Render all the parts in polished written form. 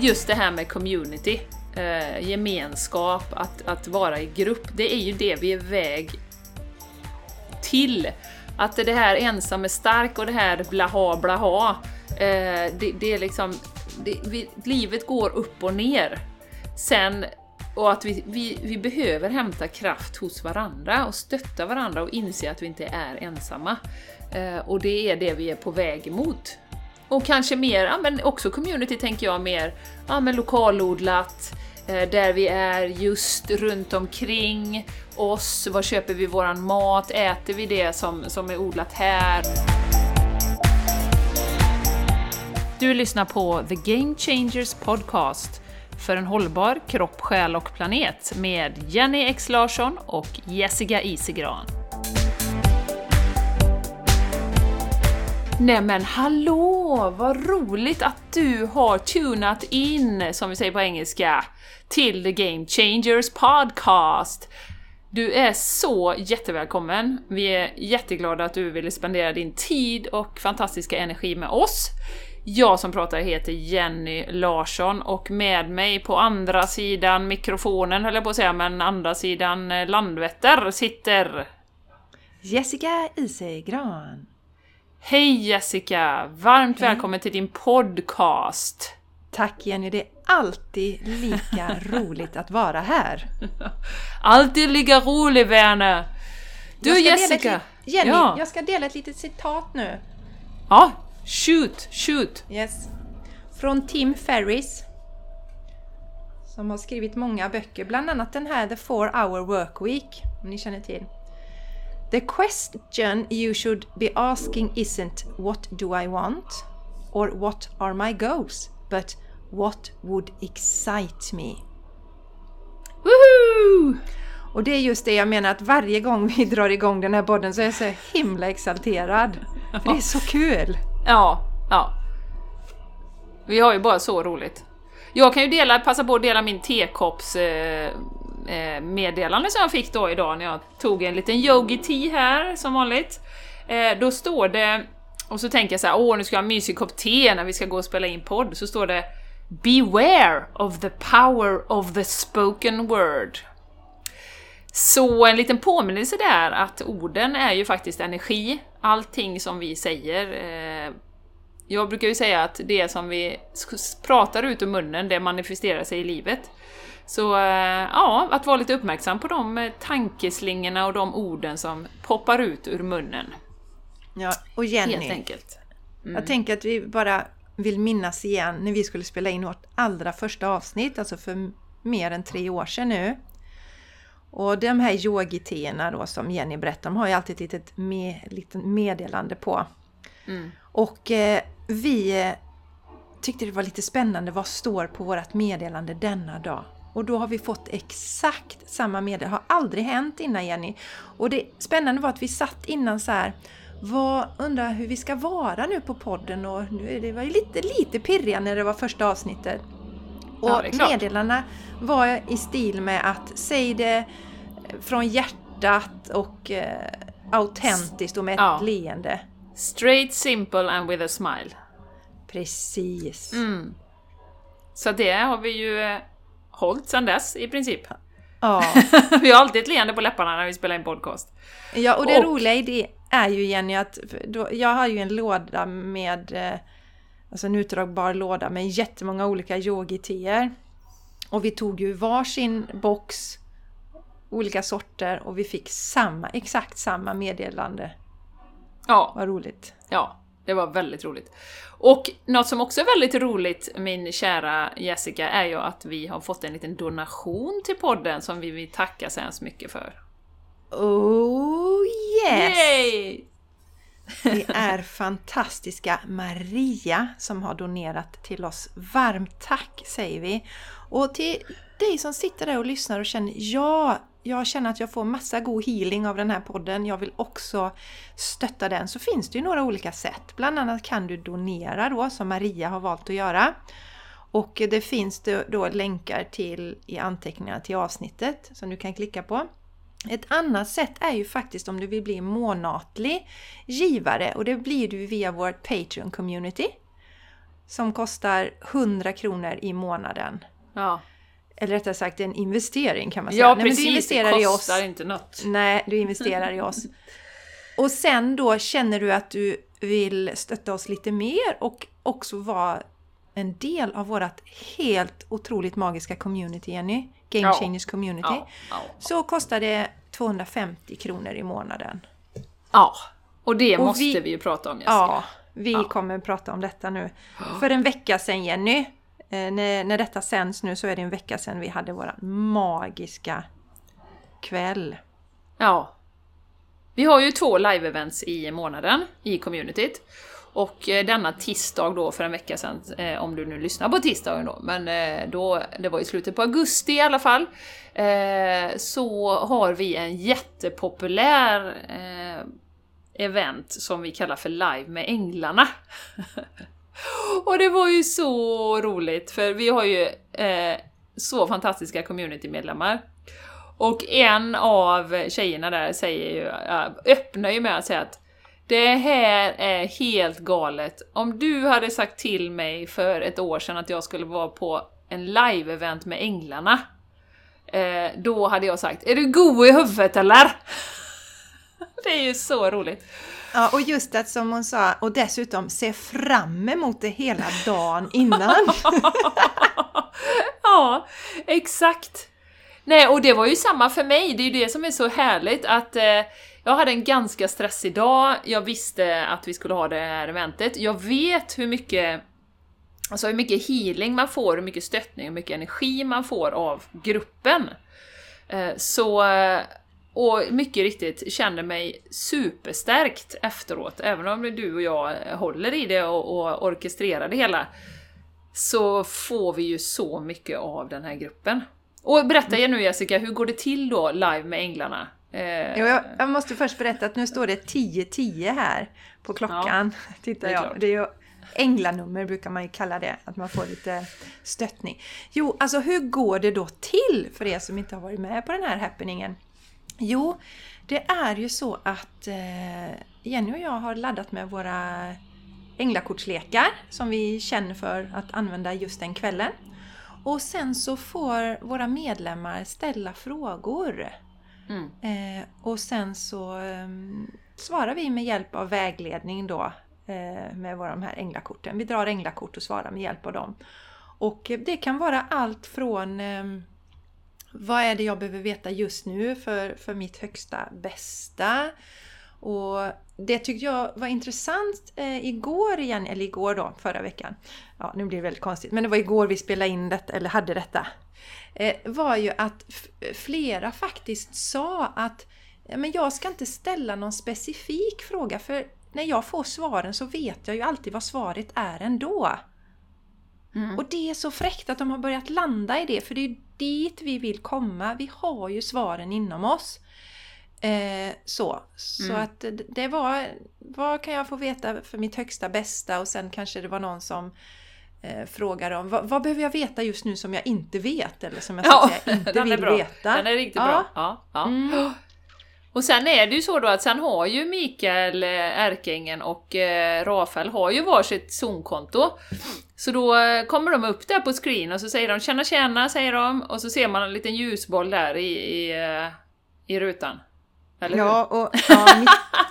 just det här med community, gemenskap, att vara i grupp, det är ju det vi är väg till. Att det här ensam är stark och det här blaha, det är liksom, livet går upp och ner. Sen, och att vi behöver hämta kraft hos varandra och stötta varandra och inse att vi inte är ensamma. Och det är det vi är på väg emot. Och kanske mer, men också community tänker jag mer, men lokalodlat, där vi är just runt omkring oss. Var köper vi våran mat? Äter vi det som är odlat här? Du lyssnar på The Game Changers podcast för en hållbar kropp, själ och planet med Jenny X Larsson och Jessica Isegran. Nej men hallå, vad roligt att du har tunat in, som vi säger på engelska, till The Game Changers podcast. Du är så jättevälkommen. Vi är jätteglada att du ville spendera din tid och fantastiska energi med oss. Jag som pratar heter Jenny Larsson och med mig på andra sidan mikrofonen, höll jag på att säga, men andra sidan Landvetter sitter Jessica Isegran. Hej Jessica, varmt välkommen till din podcast. Tack Jenny, det är alltid lika roligt att vara här. Alltid lika rolig, Werner. Du Jessica. Jenny, ja. Jag ska dela ett litet citat nu. Ja, shoot. Yes. Från Tim Ferriss, som har skrivit många böcker, bland annat den här The 4-Hour Workweek, om ni känner till. The question you should be asking isn't what do I want or what are my goals, but what would excite me. Woohoo! Och det är just det jag menar, att varje gång vi drar igång den här podden så är jag så himla exalterad. För det är så kul. Ja. Vi har ju bara så roligt. Jag kan ju passa på att dela min tekopps meddelande som jag fick då idag när jag tog en liten yogi tea här som vanligt. Då står det, och så tänker jag så här, nu ska jag ha en mysig kopp te när vi ska gå och spela in podd. Så står det beware of the power of the spoken word. Så en liten påminnelse där att orden är ju faktiskt energi. Allting som vi säger. Jag brukar ju säga att det som vi pratar ut ur munnen, det manifesterar sig i livet. Så att vara lite uppmärksam på de tankeslingorna och de orden som poppar ut ur munnen. Ja, och Jenny, helt enkelt. Jag tänker att vi bara vill minnas igen när vi skulle spela in vårt allra första avsnitt, alltså för mer än 3 år sedan nu. Och de här yogi-teerna då som Jenny berättar om har ju alltid ett litet meddelande på. Och vi tyckte det var lite spännande vad står på vårt meddelande denna dag. Och då har vi fått exakt samma meddelande. Det har aldrig hänt innan, Jenny. Och det spännande var att vi satt innan så här, undrar hur vi ska vara nu på podden. Och nu det var ju lite pirriga när det var första avsnittet. Och meddelandena var i stil med att säg det från hjärtat och autentiskt och med ett leende. Straight, simple and with a smile. Precis. Så det har vi ju hållit sedan dess i princip. Ja. Vi har alltid ett leende på läpparna när vi spelar in podcast. Ja, och det roliga i det är ju, Jenny, att jag har ju en låda med, alltså en utdragbar låda med jättemånga olika yogi-teer. Och vi tog ju varsin box, olika sorter, och vi fick exakt samma meddelande. Ja. Vad roligt. Ja, det var väldigt roligt. Och något som också är väldigt roligt, min kära Jessica, är ju att vi har fått en liten donation till podden som vi vill tacka så hemskt mycket för. Oh yes! Yay! Det är fantastiska Maria som har donerat till oss. Varmt tack säger vi. Och till dig som sitter där och lyssnar och känner, jag känner att jag får massa god healing av den här podden. Jag vill också stötta den. Så finns det ju några olika sätt. Bland annat kan du donera då, som Maria har valt att göra. Och det finns då länkar till i anteckningarna till avsnittet som du kan klicka på. Ett annat sätt är ju faktiskt om du vill bli månatlig givare. Och det blir du via vårt Patreon-community. som kostar 100 kronor i månaden. Ja. Eller rättare sagt, en investering kan man säga. Ja, Nej, precis. men du investerar det i kostar oss. inte något. Nej, du investerar i oss. Och sen då känner du att du vill stötta oss lite mer och också vara en del av vårt helt otroligt magiska community, Jenny. Game Changers Community. Så kostar det 250 kronor i månaden. Ja, och det måste vi ju prata om, Jessica. Ja, vi kommer prata om detta nu. För en vecka sedan, Jenny, när detta sänds nu så är det en vecka sedan vi hade vår magiska kväll. Ja. Vi har ju 2 live-events i månaden i communityt. Och denna tisdag då för en vecka sedan, om du nu lyssnar på tisdagen då, men då, det var i slutet på augusti i alla fall, så har vi en jättepopulär event som vi kallar för Live med Änglarna. Och det var ju så roligt, för vi har ju så fantastiska community-medlemmar. Och en av tjejerna där säger ju, öppnar ju med att säga att det här är helt galet. Om du hade sagt till mig för ett år sedan att jag skulle vara på en live-event med Änglarna, då hade jag sagt, är du god i huvudet eller? Det är ju så roligt. Ja, och just att som hon sa, och dessutom se fram emot det hela dagen innan. Ja, exakt. Nej, och det var ju samma för mig. Det är ju det som är så härligt att jag hade en ganska stressig dag. Jag visste att vi skulle ha det här eventet. Jag vet hur mycket healing man får, hur mycket stöttning, hur mycket energi man får av gruppen. Och mycket riktigt kände mig superstärkt efteråt. Även om du och jag håller i det och orkestrerar det hela, så får vi ju så mycket av den här gruppen. Och berätta nu, Jessica, hur går det till då live med Änglarna? Jag måste först berätta att nu står det 10:10 här på klockan. Ja, tittar jag. Det är ju änglanummer brukar man ju kalla det, att man får lite stöttning. Jo, alltså hur går det då till för er som inte har varit med på den här happeningen? Jo, det är ju så att Jenny och jag har laddat med våra änglakortslekar som vi känner för att använda just den kvällen. Och sen så får våra medlemmar ställa frågor. Och sen så svarar vi med hjälp av vägledning då med de här änglakorten. Vi drar änglakort och svarar med hjälp av dem. Och det kan vara allt från vad är det jag behöver veta just nu för mitt högsta bästa. Och det tyckte jag var intressant igår då, förra veckan. Ja, nu blir det väldigt konstigt. Men det var igår vi spelade in detta, eller hade detta. Var ju att flera faktiskt sa att men jag ska inte ställa någon specifik fråga. För när jag får svaren så vet jag ju alltid vad svaret är ändå. Och det är så fräckt att de har börjat landa i det. För det är dit vi vill komma. Vi har ju svaren inom oss. Så att det var, vad kan jag få veta för mitt högsta bästa, och sen kanske det var någon som frågar om vad behöver jag veta just nu som jag inte vet, eller som jag så att säga inte vill veta. Den är riktigt bra. Ja. Och sen är det ju så då att sen har ju Mikael, Ärkeängeln och Rafael har ju varsitt Zoom-konto. Så då kommer de upp där på screen och så säger de tjena, säger de, och så ser man en liten ljusboll där i rutan. Eller hur?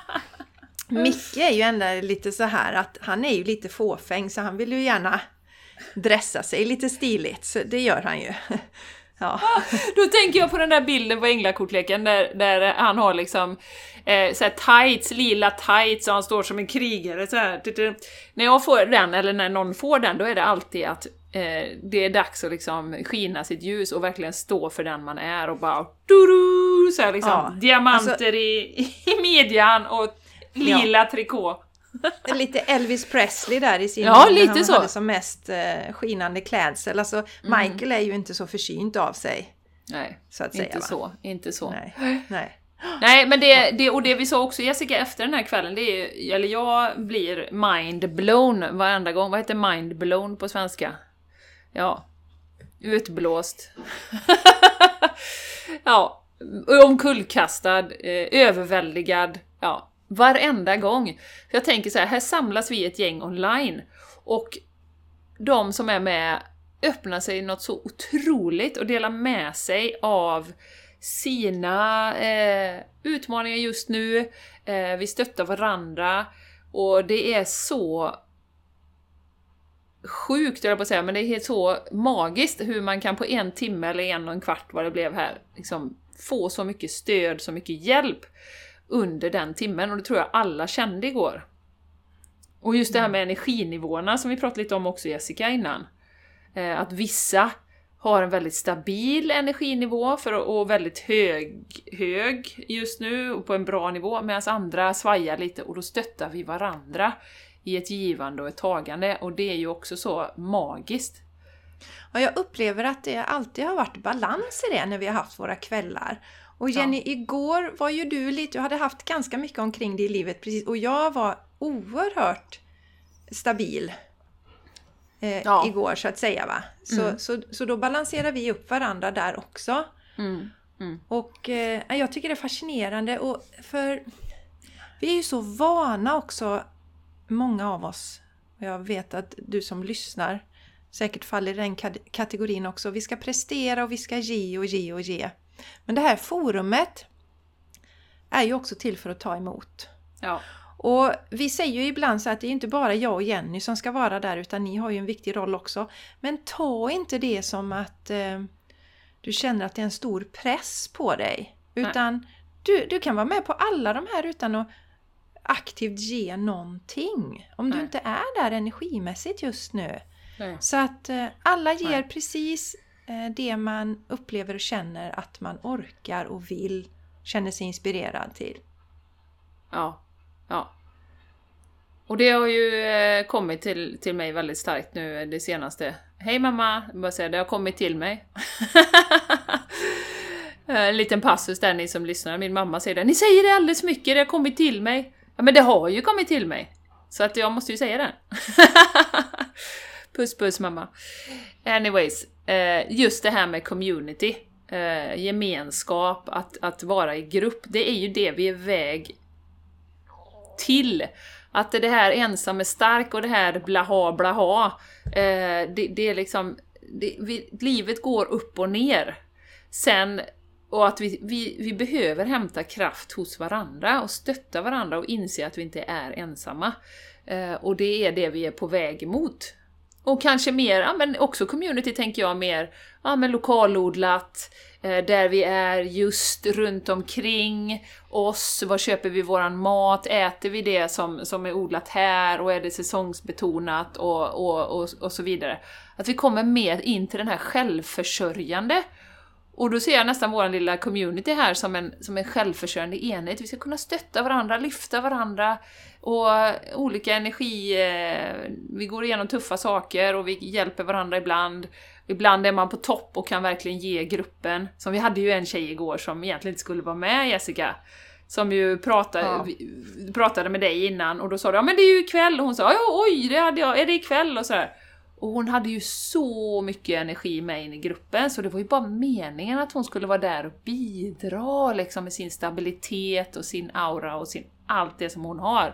Micke är ju ändå lite så här att han är ju lite fåfäng, så han vill ju gärna dressa sig lite stiligt, så det gör han ju. Ja. Då tänker jag på den där bilden på änglakortleken där han har liksom så här tights, lila tights, och han står som en krigare så här. När jag får den, eller när någon får den, då är det alltid att det är dags att liksom skina sitt ljus och verkligen stå för den man är, och bara så här liksom, diamanter alltså, i midjan och lila trikå. Lite Elvis Presley där i sin lite han så. Hade som mest skinande klädsel. Alltså Michael är ju inte så försynt av sig. Nej, så att säga, inte så. Nej. Nej, men det vi sa också, Jessica, efter den här kvällen, det är, eller jag blir mind blown varenda gång. Vad heter mind blown på svenska? Ja, utblåst. Ja, omkullkastad, överväldigad, varenda gång. För jag tänker så här samlas vi ett gäng online, och de som är med öppnar sig något så otroligt och delar med sig av sina utmaningar just nu. Vi stöttar varandra och det är så sjukt, jag på att säga, men det är helt så magiskt hur man kan på 1 timme eller 1,25 vad det blev här liksom få så mycket stöd, så mycket hjälp under den timmen, och det tror jag alla kände igår. Och just det här med energinivåerna som vi pratade lite om också, Jessica, innan. Att vissa har en väldigt stabil energinivå och väldigt hög just nu och på en bra nivå, medan andra svajar lite, och då stöttar vi varandra i ett givande och ett tagande, och det är ju också så magiskt. Ja, jag upplever att det alltid har varit balans i det när vi har haft våra kvällar. Och Jenny, igår var ju du hade haft ganska mycket omkring det i livet precis, och jag var oerhört stabil igår så att säga, va? Så då balanserar vi upp varandra där också. Och jag tycker det är fascinerande, och för vi är ju så vana också, många av oss, och jag vet att du som lyssnar säkert faller i den kategorin också. Vi ska prestera och vi ska ge. Men det här forumet är ju också till för att ta emot. Ja. Och vi säger ju ibland så att det är inte bara jag och Jenny som ska vara där, utan ni har ju en viktig roll också. Men ta inte det som att du känner att det är en stor press på dig. Utan du kan vara med på alla de här utan att aktivt ge någonting. Om du inte är där energimässigt just nu. Så att alla ger precis det man upplever och känner att man orkar och vill, känner sig inspirerad till. Ja. Och det har ju kommit till mig väldigt starkt nu det senaste. Hej mamma, bara säga, det har kommit till mig. En liten passus där, ni som lyssnar. Min mamma säger det. Ni säger det alldeles mycket, det har kommit till mig. Ja, men det har ju kommit till mig. Så att jag måste ju säga det. Puss mamma. Anyways, just det här med community, gemenskap, att vara i grupp, det är ju det vi är väg till. Att det här ensam är stark och det här blaha, det är liksom, livet går upp och ner. Sen, och att vi behöver hämta kraft hos varandra och stötta varandra och inse att vi inte är ensamma. Och det är det vi är på väg emot. Och kanske mer, men också community tänker jag mer, men lokalodlat, där vi är just runt omkring oss. Var köper vi våran mat? Äter vi det som är odlat här? Och är det säsongsbetonat? Och så vidare. Att vi kommer med in till den här självförsörjande. Och då ser jag nästan vår lilla community här som en självförsörjande enhet. Vi ska kunna stötta varandra, lyfta varandra. Och olika energi, vi går igenom tuffa saker och vi hjälper varandra ibland. Ibland är man på topp och kan verkligen ge gruppen. Som vi hade ju en tjej igår som egentligen inte skulle vara med, Jessica. Som ju pratade med dig innan och då sa du, men det är ju ikväll. Och hon sa, oj, det hade jag, är det ikväll? Och sådär. Och hon hade ju så mycket energi med in i gruppen, så det var ju bara meningen att hon skulle vara där och bidra liksom, med sin stabilitet och sin aura och allt det som hon har.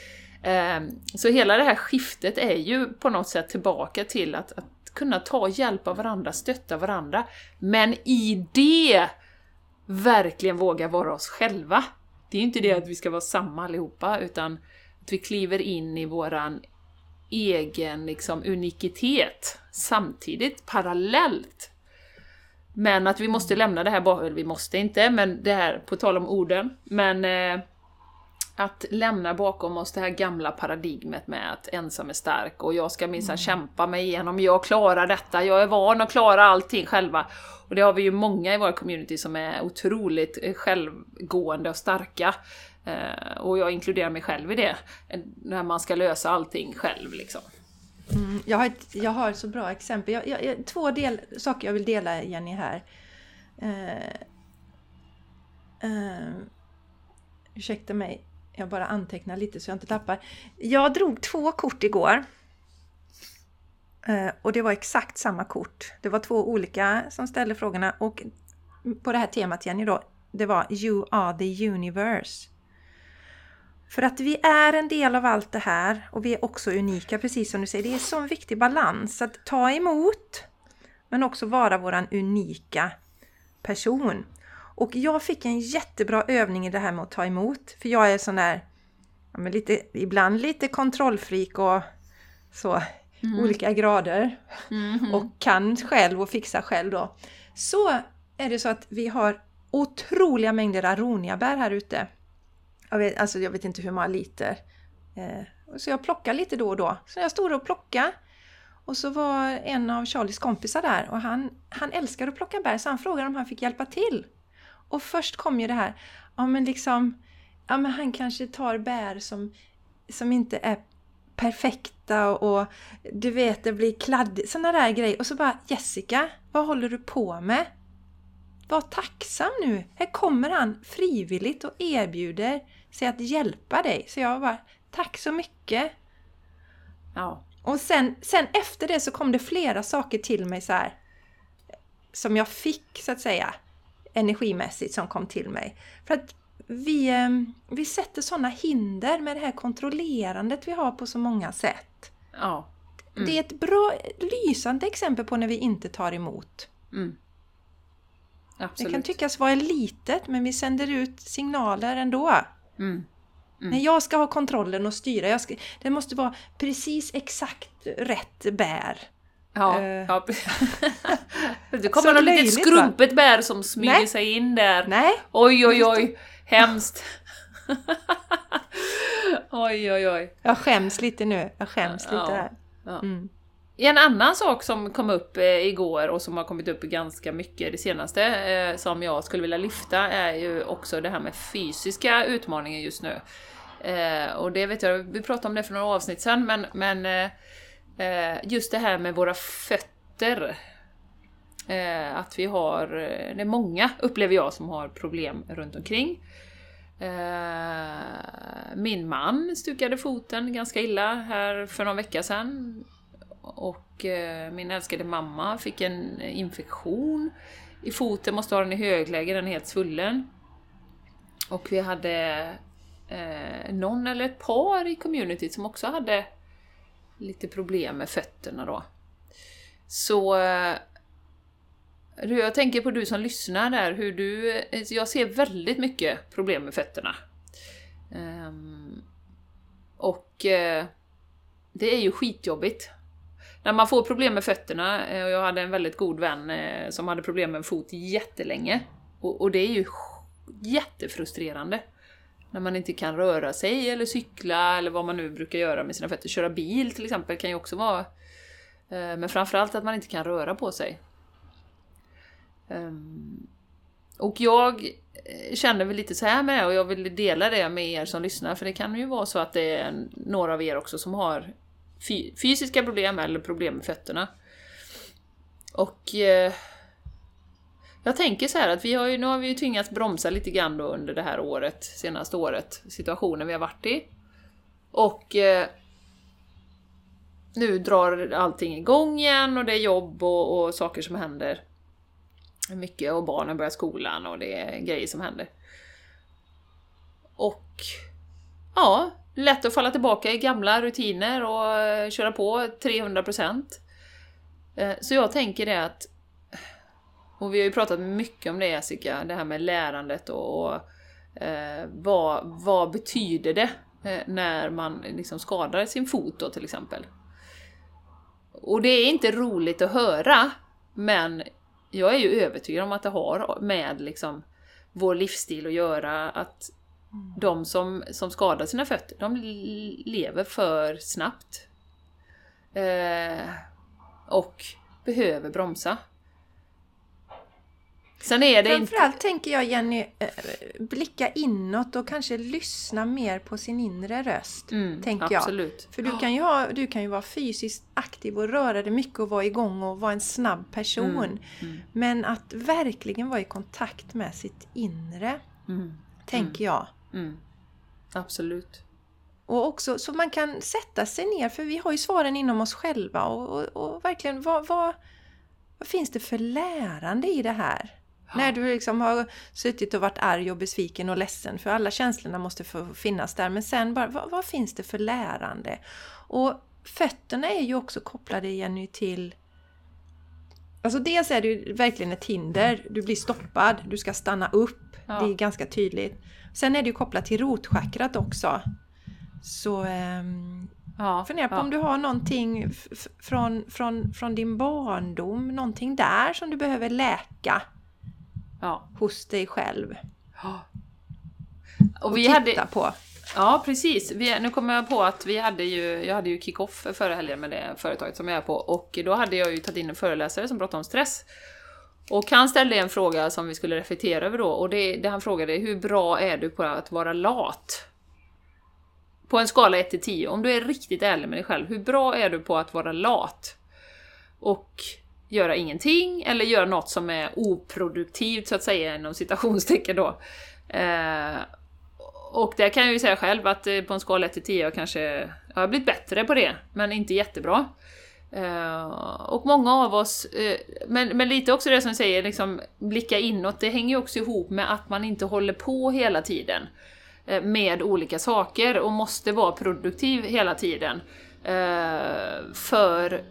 Så hela det här skiftet är ju på något sätt tillbaka till att kunna ta hjälp av varandra, stötta varandra, men i det verkligen våga vara oss själva. Det är ju inte det att vi ska vara samma allihopa, utan att vi kliver in i våran egen liksom unikitet samtidigt, parallellt. Men att vi måste lämna det här, vi måste inte, men det här på tal om orden, men att lämna bakom oss det här gamla paradigmet med att ensam är stark och jag ska minsann kämpa mig igenom, jag klarar detta, jag är van att klara allting själva. Och det har vi ju många i våra community som är otroligt självgående och starka. Och jag inkluderar mig själv i det, när man ska lösa allting själv liksom. Jag har ett så bra exempel. Två saker jag vill dela, Jenny, här. Ursäkta mig, jag bara antecknar lite så jag inte tappar. Jag drog 2 kort igår. Och det var exakt samma kort. Det var 2 olika som ställde frågorna. Och på det här temat, Jenny, då, det var You are the universe. För att vi är en del av allt det här och vi är också unika, precis som du säger. Det är en sån viktig balans att ta emot men också vara våran unika person. Och jag fick en jättebra övning i det här med att ta emot. För jag är sån där, ibland lite kontrollfreak och så, olika grader. Och kan själv och fixa själv då. Så är det så att vi har otroliga mängder aroniabär här ute. Jag vet inte hur många liter. Så jag plockar lite då och då. Så jag stod och plockade. Och så var en av Charlies kompisar där. Och han älskar att plocka bär. Så han frågade om han fick hjälpa till. Och först kom ju det här. Men han kanske tar bär som inte är perfekta. Och du vet, det blir kladdigt. Sådana där grejer. Och så bara, Jessica, vad håller du på med? Var tacksam nu. Här kommer han frivilligt och erbjuder sig att hjälpa dig. Så jag bara, tack så mycket. Ja. Och sen efter det så kom det flera saker till mig så här. Som jag fick så att säga. Energimässigt som kom till mig. För att vi sätter sådana hinder med det här kontrollerandet vi har på så många sätt. Ja. Det är ett bra, lysande exempel på när vi inte tar emot. Absolut. Det kan tyckas vara litet, men vi sänder ut signaler ändå. När jag ska ha kontrollen och styra, det måste vara precis exakt rätt bär. Ja. Det kommer något litet skrumpet bär som smyger sig in där. Nej. Oj, hemskt. Oj. Jag skäms lite nu. Här. Ja. En annan sak som kom upp igår och som har kommit upp ganska mycket det senaste som jag skulle vilja lyfta är ju också det här med fysiska utmaningar just nu. Och det vet jag, vi pratade om det för några avsnitt sedan, men just det här med våra fötter. Att vi har, det är många upplever jag som har problem runt omkring. Min man stukade foten ganska illa här för någon vecka sedan. Och min älskade mamma fick en infektion i foten, måste ha den i högläge, den är helt svullen. Och vi hade någon eller ett par i communityt som också hade lite problem med fötterna då. Så jag tänker på du som lyssnar där, jag ser väldigt mycket problem med fötterna. Och det är ju skitjobbigt. När man får problem med fötterna, och jag hade en väldigt god vän som hade problem med en fot jättelänge. Och det är ju jättefrustrerande. När man inte kan röra sig eller cykla eller vad man nu brukar göra med sina fötter. Köra bil till exempel kan ju också vara. Men framförallt att man inte kan röra på sig. Och jag känner väl lite så här med det, och jag vill dela det med er som lyssnar. För det kan ju vara så att det är några av er också som har fysiska problem eller problem med fötterna. Och jag tänker så här att nu har vi ju tvingats bromsa lite grann då under det här året, senaste året, situationen vi har varit i. Och nu drar allting igång igen och det är jobb och saker som händer. Mycket, och barnen börjar skolan och det är grejer som händer. Och ja, lätt att falla tillbaka i gamla rutiner och köra på 300%. Så jag tänker det att, och vi har ju pratat mycket om det, Jessica, det här med lärandet och vad betyder det när man liksom skadar sin fot då till exempel. Och det är inte roligt att höra, men jag är ju övertygad om att det har med liksom vår livsstil att göra, att de som skadar sina fötter, de lever för snabbt och behöver bromsa. Sen är det framförallt tänker jag, Jenny, blicka inåt och kanske lyssna mer på sin inre röst, tänker absolut. jag. För du kan ju vara fysiskt aktiv och röra dig mycket och vara igång och vara en snabb person. Men att verkligen vara i kontakt med sitt inre, tänker jag. Absolut. Och också så man kan sätta sig ner, för vi har ju svaren inom oss själva och verkligen vad finns det för lärande i det här? När du liksom har suttit och varit arg och besviken och ledsen, för alla känslorna måste få finnas där. Men sen bara, vad finns det för lärande? Och fötterna är ju också kopplade, Jenny, till... Alltså dels är det ju verkligen ett hinder. Du blir stoppad, du ska stanna upp. Ja. Det är ganska tydligt. Sen är det ju kopplat till rotchakrat också. Så fundera på om du har någonting från din barndom. Någonting där som du behöver läka hos dig själv. Ja. Och vi titta på. Ja, precis. Nu kommer jag på att jag hade ju kick-off förra helgen med det företaget som jag är på. Och då hade jag ju tagit in en föreläsare som pratade om stress. Och han ställde en fråga som vi skulle reflektera över då. Och det han frågade, hur bra är du på att vara lat? På en skala 1-10, om du är riktigt ärlig med dig själv, hur bra är du på att vara lat? Och göra ingenting, eller göra något som är oproduktivt, så att säga, inom citationstecken då. Och där kan jag ju säga själv att på en skala 1-10 jag har blivit bättre på det, men inte jättebra. Och många av oss, men lite också det som säger, liksom, blicka inåt, det hänger ju också ihop med att man inte håller på hela tiden med olika saker och måste vara produktiv hela tiden. För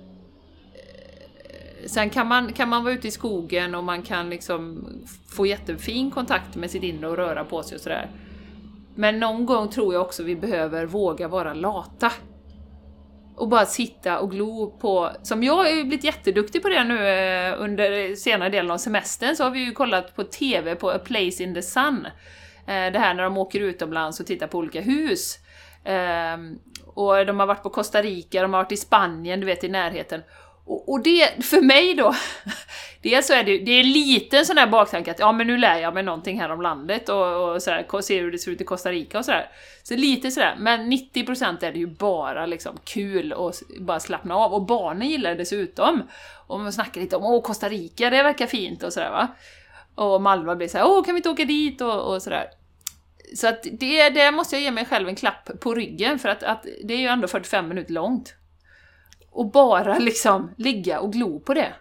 sen kan man vara ute i skogen och man kan liksom få jättefin kontakt med sitt inre och röra på sig och sådär. Men någon gång tror jag också vi behöver våga vara lata. Och bara sitta och glo på... Som jag har ju blivit jätteduktig på det nu under senare delen av semestern, så har vi ju kollat på TV på A Place in the Sun. Det här när de åker utomlands och tittar på olika hus. Och de har varit på Costa Rica, de har varit i Spanien, du vet, i närheten. Och det, för mig då, dels så är det är lite sån där baktanke att men nu lär jag mig någonting här om landet och sådär, ser hur det ser ut i Costa Rica och sådär. Så lite sådär, men 90% är det ju bara liksom kul och bara slappna av. Och barnen gillar det dessutom. Och man snackar lite om, Costa Rica, det verkar fint och sådär, va. Och Malva blir såhär, kan vi inte åka dit och sådär. Så att det måste jag ge mig själv en klapp på ryggen, för att det är ju ändå 45 minuter långt. Och bara liksom ligga och glo på det.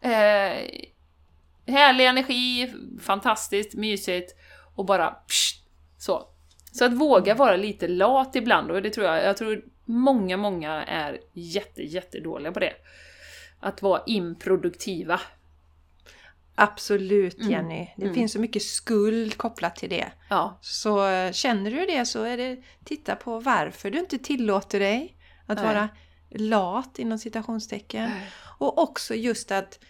Härlig energi, fantastiskt, mysigt. Och bara så. Så att våga vara lite lat ibland. Och det tror jag tror många är jättedåliga på det. Att vara improduktiva. Absolut, Jenny. Det finns så mycket skuld kopplat till det. Ja. Så känner du det, så är det, titta på varför du inte tillåter dig att vara lat inom citationstecken. Och också just att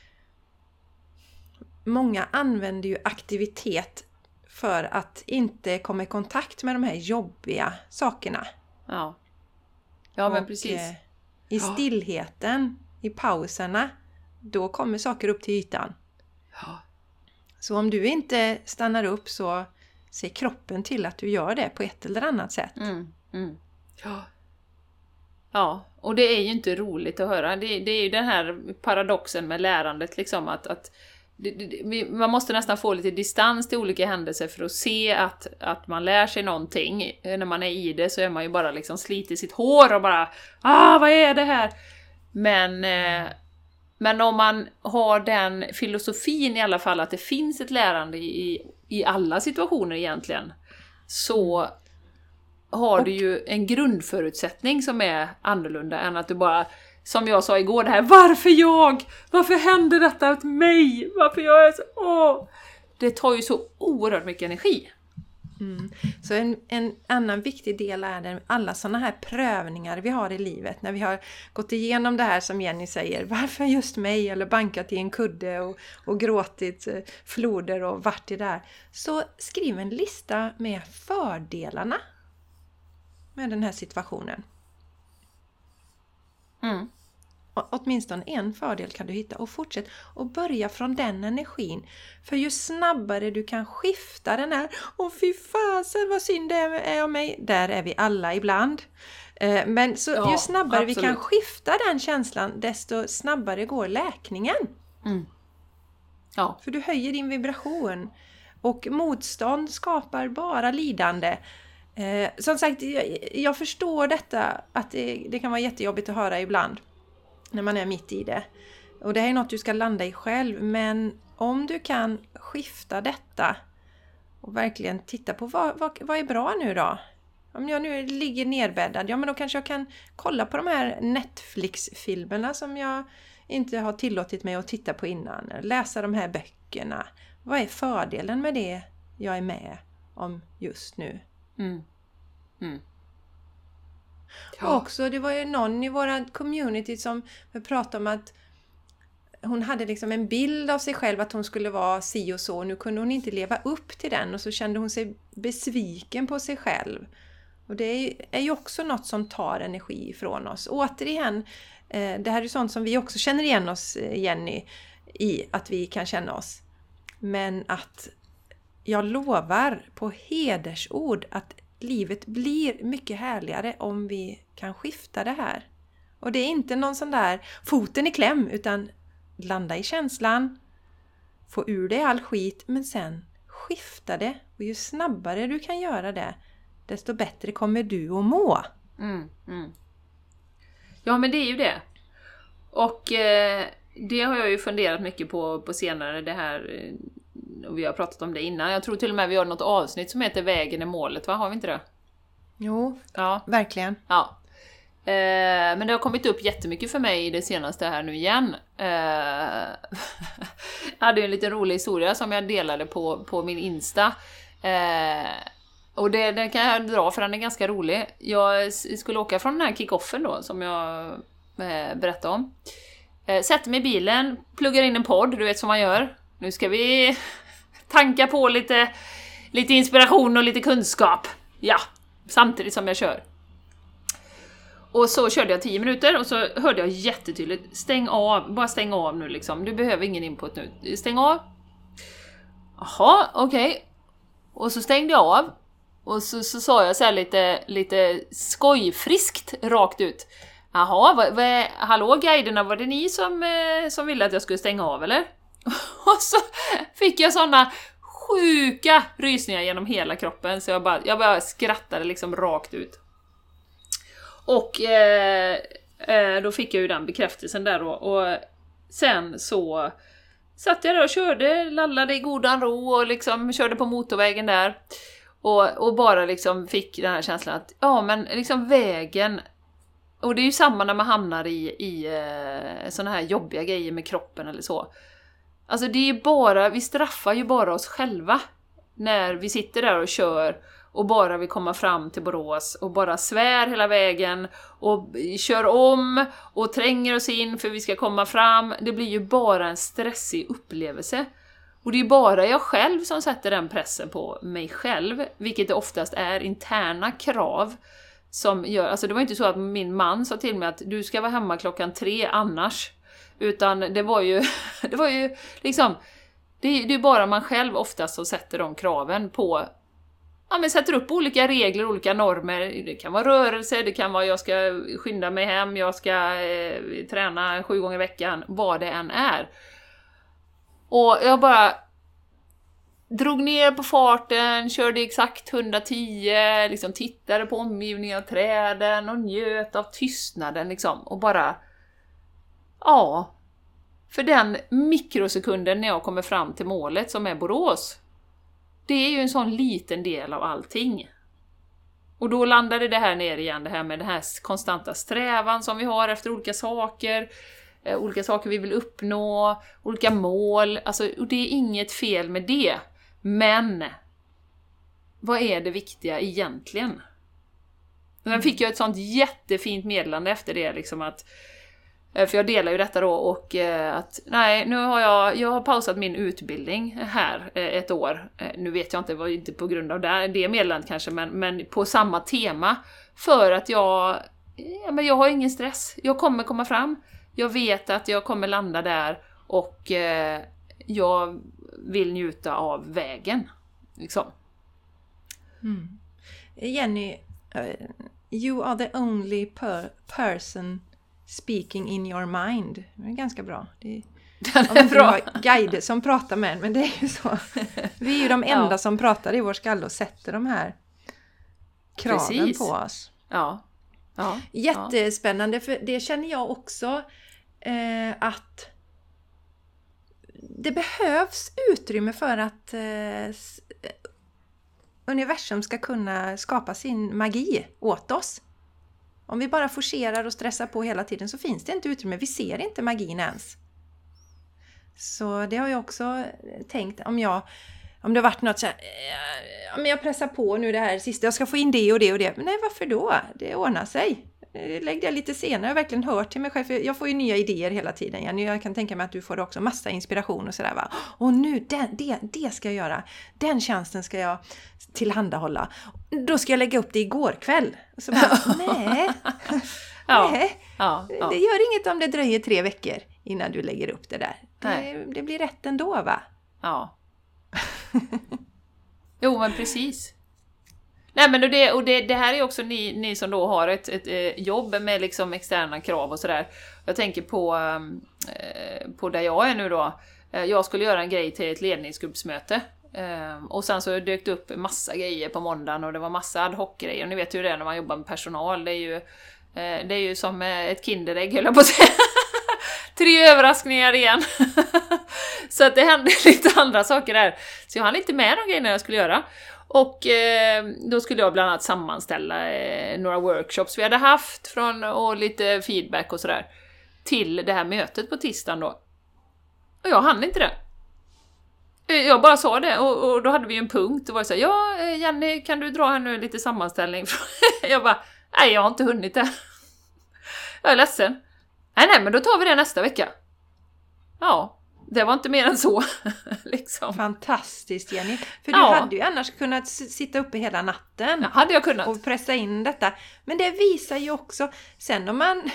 många använder ju aktivitet för att inte komma i kontakt med de här jobbiga sakerna. Ja, men precis. I stillheten, i pauserna, då kommer saker upp till ytan. Ja. Så om du inte stannar upp, så ser kroppen till att du gör det på ett eller annat sätt. Ja, och det är ju inte roligt att höra. Det är ju den här paradoxen med lärandet, liksom, att man måste nästan få lite distans till olika händelser för att se att man lär sig någonting. När man är i det så är man ju bara liksom sliter sitt hår och bara, vad är det här? Men om man har den filosofin i alla fall, att det finns ett lärande i alla situationer egentligen, så har du ju en grundförutsättning som är annorlunda än att du bara, som jag sa igår, det här, varför händer detta åt mig? Varför jag är så, det tar ju så oerhört mycket energi. Så en annan viktig del är alla sådana här prövningar vi har i livet. När vi har gått igenom det här som Jenny säger, varför just mig? Eller bankat i en kudde och gråtit floder och varit i det där. Så skriv en lista med fördelarna med den här situationen. Åtminstone en fördel kan du hitta, och fortsätt och börja från den energin. För ju snabbare du kan skifta den här, fy fasen vad synd det är om mig, där är vi alla ibland. Men så ju snabbare vi kan skifta den känslan, desto snabbare går läkningen. För du höjer din vibration, och motstånd skapar bara lidande. Som sagt, jag förstår detta, att det kan vara jättejobbigt att höra ibland när man är mitt i det. Och det här är något du ska landa i själv. Men om du kan skifta detta och verkligen titta på vad är bra nu då? Om jag nu ligger nerbäddad, ja men då kanske jag kan kolla på de här Netflix-filmerna som jag inte har tillåtit mig att titta på innan. Läsa de här böckerna. Vad är fördelen med det jag är med om just nu? Ja. Och också, det var ju någon i våra community som pratade om att hon hade liksom en bild av sig själv att hon skulle vara si och så. Nu kunde hon inte leva upp till den och så kände hon sig besviken på sig själv. Och det är ju också något som tar energi ifrån oss. Återigen, det här är sånt som vi också känner igen oss, Jenny, i att vi kan känna oss. Men att jag lovar på hedersord att livet blir mycket härligare om vi kan skifta det här. Och det är inte någon sån där foten i kläm, utan landa i känslan, få ur dig all skit, men sen skifta det. Och ju snabbare du kan göra det, desto bättre kommer du att må. Ja, men det är ju det. Och det har jag ju funderat mycket på senare, det här, och vi har pratat om det innan. Jag tror till och med vi har något avsnitt som heter Vägen är målet, va? Har vi inte det? Jo, ja. Verkligen. Ja. Men det har kommit upp jättemycket för mig i det senaste här nu igen. Jag hade ju en liten rolig historia som jag delade på min Insta. Och den kan jag dra för den är ganska rolig. Jag skulle åka från den här kick-offen då som jag berättade om. Sätter mig i bilen, pluggar in en podd, du vet som man gör. Nu ska vi tanka på lite inspiration och lite kunskap. Ja, samtidigt som jag kör. Och så körde jag 10 minuter och så hörde jag jättetydligt: stäng av nu liksom. Du behöver ingen input nu. Stäng av. Jaha, okej. Och så stängde jag av. Och så sa jag så här lite skojfriskt rakt ut: jaha, hallå guiderna, var det ni som ville att jag skulle stänga av eller? Och så fick jag såna sjuka rysningar genom hela kroppen så jag bara skrattade liksom rakt ut. Och då fick jag ju den bekräftelsen där då. Och sen så satt jag där och körde, lallade i godan ro och liksom körde på motorvägen där. Och bara liksom fick den här känslan att ja men liksom vägen. Och det är ju samma när man hamnar i såna här jobbiga grejer med kroppen eller så. Alltså det är ju bara, vi straffar ju bara oss själva när vi sitter där och kör och bara vill komma fram till Borås och bara svär hela vägen och kör om och tränger oss in för vi ska komma fram. Det blir ju bara en stressig upplevelse. Och det är ju bara jag själv som sätter den pressen på mig själv, vilket det oftast är interna krav som gör, alltså det var inte så att min man sa till mig att du ska vara hemma 3:00 annars, utan det var ju liksom, det är bara man själv oftast som sätter de kraven på, ja men sätter upp olika regler, olika normer, det kan vara rörelse, det kan vara jag ska skynda mig hem, jag ska träna 7 gånger i veckan, vad det än är. Och jag bara drog ner på farten, körde exakt 110, liksom tittade på omgivningen av träden och njöt av tystnaden liksom. Och bara, ja, för den mikrosekunden när jag kommer fram till målet som är Borås, det är ju en sån liten del av allting. Och då landade det här ner igen, det här med den här konstanta strävan som vi har efter olika saker vi vill uppnå, olika mål, alltså, och det är inget fel med det. Men vad är det viktiga egentligen? Sen fick jag ett sånt jättefint meddelande efter det liksom att, för jag delar ju detta då, och att nej, nu har jag har pausat min utbildning här ett år. Nu vet jag inte, det var inte på grund av det meddelandet kanske, men på samma tema, för att jag har ingen stress. Jag kommer komma fram. Jag vet att jag kommer landa där och jag vill njuta av vägen. Liksom. Jenny, you are the only person speaking in your mind. Det är ganska bra. Det är bra. Guider som pratar med en, men det är ju så. Vi är ju de enda som pratar i vår skalle och sätter de här kraven på oss. Ja. Jättespännande, för det känner jag också att det behövs utrymme för att universum ska kunna skapa sin magi åt oss. Om vi bara forcerar och stressar på hela tiden så finns det inte utrymme. Vi ser inte magin ens. Så det har jag också tänkt. Om det har varit något så här, men jag pressar på nu det här sista. Jag ska få in det och det och det. Men nej, varför då? Det ordnar sig. Lägg det lite senare. Jag har verkligen hört till mig själv. Jag får ju nya idéer hela tiden. Jenny, jag kan tänka mig att du får också massa inspiration och sådär, va. Och nu, det ska jag göra. Den tjänsten ska jag tillhandahålla. Då ska jag lägga upp det igår kväll. Och så bara, nej. Nej. Det gör inget om det dröjer 3 veckor innan du lägger upp det där. Det blir rätt ändå, va? Ja. Jo, men precis. Nej, men det här är också ni som då har ett jobb med liksom externa krav och sådär. Jag tänker på där jag är nu då. Jag skulle göra en grej till ett ledningsgruppsmöte. Och sen så dök det upp massa grejer på måndagen och det var massa ad hoc-grejer. Och ni vet ju det när man jobbar med personal. Det är ju som ett kinderägg, höll jag på att säga. 3 överraskningar igen. Så att det hände lite andra saker där. Så jag hann inte med de grejerna jag skulle göra. Och då skulle jag bland annat sammanställa några workshops vi hade haft och lite feedback och sådär till det här mötet på tisdagen då. Och jag hann inte det. Jag bara sa det och då hade vi en punkt och var så här, ja Jenny, kan du dra här nu lite sammanställning? Jag bara, nej, jag har inte hunnit det. Jag är ledsen. Nej, men då tar vi det nästa vecka. Ja, det var inte mer än så. Liksom. Fantastiskt, Jenny. För du hade ju annars kunnat sitta uppe hela natten. Ja, hade jag kunnat. Och pressa in detta. Men det visar ju också, sen om man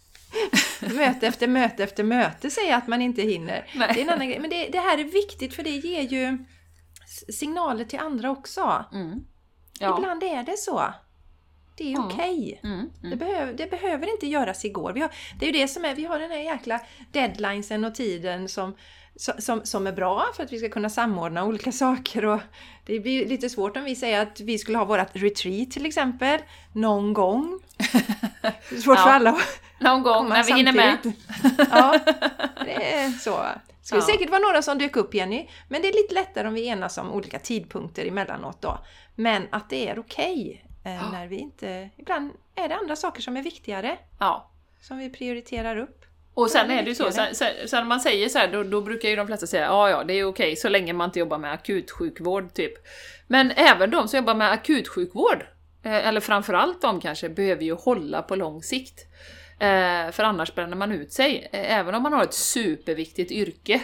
möte efter möte säger att man inte hinner. Nej. Det är en annan grej. Men det här är viktigt för det ger ju signaler till andra också. Mm. Ja. Ibland är det så. Det är okej. Det behöver inte göras igår. Det är ju det som är, vi har den här jäkla deadlinesen och tiden som är bra för att vi ska kunna samordna olika saker. Och det blir lite svårt om vi säger att vi skulle ha vårat retreat till exempel någon gång. Det är svårt för alla. Någon gång när vi hinner med. Ja, det är så. Det skulle säkert vara några som dök upp, Jenny. Men det är lite lättare om vi enas om olika tidpunkter emellanåt då. Men att det är okej. När vi inte... Ibland är det andra saker som är viktigare. Ja. Som vi prioriterar upp. Och sen är det ju så när man säger så här, då brukar ju de flesta säga ja, det är okej så länge man inte jobbar med akutsjukvård typ. Men även de som jobbar med akutsjukvård, eller framförallt de kanske, behöver ju hålla på lång sikt. För annars bränner man ut sig. Även om man har ett superviktigt yrke.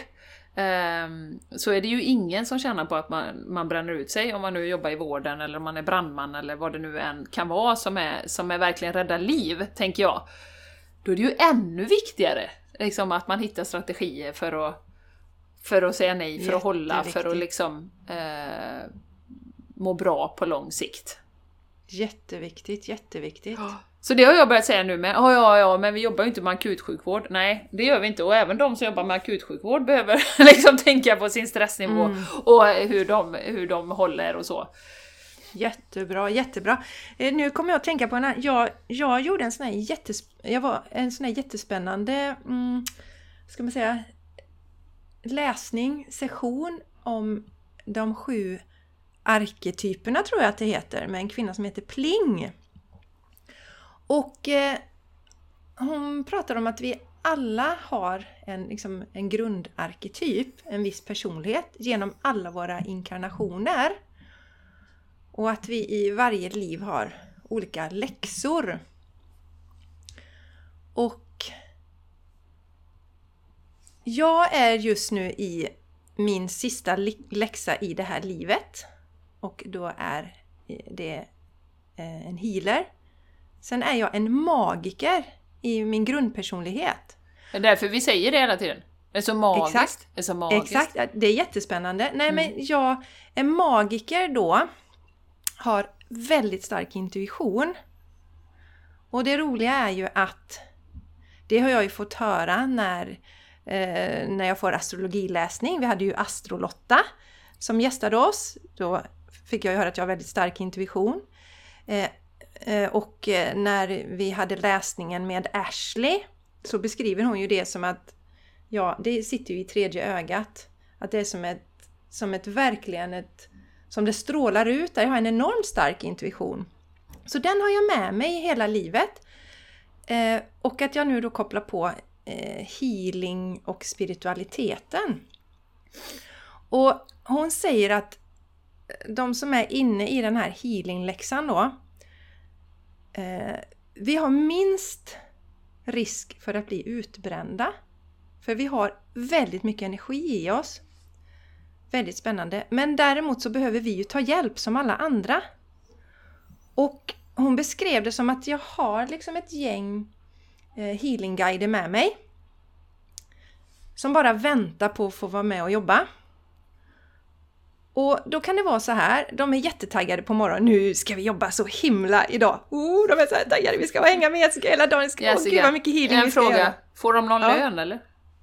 Så är det ju ingen som känner på att man bränner ut sig om man nu jobbar i vården eller om man är brandman eller vad det nu än kan vara som är verkligen rädda liv, tänker jag. Då är det ju ännu viktigare liksom, att man hittar strategier för att säga nej, för att hålla, för att liksom må bra på lång sikt. Jätteviktigt. Så det har jag börjat säga nu med, men vi jobbar ju inte med akutsjukvård. Nej, det gör vi inte. Och även de som jobbar med akutsjukvård behöver liksom tänka på sin stressnivå och hur de håller och så. Jättebra. Nu kommer jag att tänka på jag gjorde en sån här jättespännande ska man säga session om de 7 arketyperna, tror jag att det heter, med en kvinna som heter Pling. Och hon pratar om att vi alla har en grundarketyp, en viss personlighet genom alla våra inkarnationer. Och att vi i varje liv har olika läxor. Och jag är just nu i min sista läxa i det här livet. Och då är det en healer. Sen är jag en magiker i min grundpersonlighet. Det är därför vi säger det hela tiden. Det är så magiskt. Exakt. Det är så magiskt. Exakt, det är jättespännande. Nej, men jag är magiker då. Har väldigt stark intuition. Och det roliga är ju att det har jag ju fått höra när jag får astrologiläsning. Vi hade ju Astrolotta som gästade oss. Då fick jag ju höra att jag har väldigt stark intuition. Och när vi hade läsningen med Ashley så beskriver hon ju det som att det sitter ju i 3:e ögat. Att det är som ett verkligen som det strålar ut där. Jag har en enormt stark intuition. Så den har jag med mig hela livet. Och att jag nu då kopplar på healing och spiritualiteten. Och hon säger att de som är inne i den här healingläxan då, vi har minst risk för att bli utbrända. För vi har väldigt mycket energi i oss. Väldigt spännande. Men däremot så behöver vi ju ta hjälp som alla andra. Och hon beskrev det som att jag har liksom ett gäng healingguider med mig. Som bara väntar på att få vara med och jobba. Och då kan det vara så här. De är jättetaggade på morgonen. Nu ska vi jobba så himla idag. De är så här taggade. Vi ska hänga med Jessica hela dagen. Gud vad mycket healing vi ska göra. Får de någon lön eller?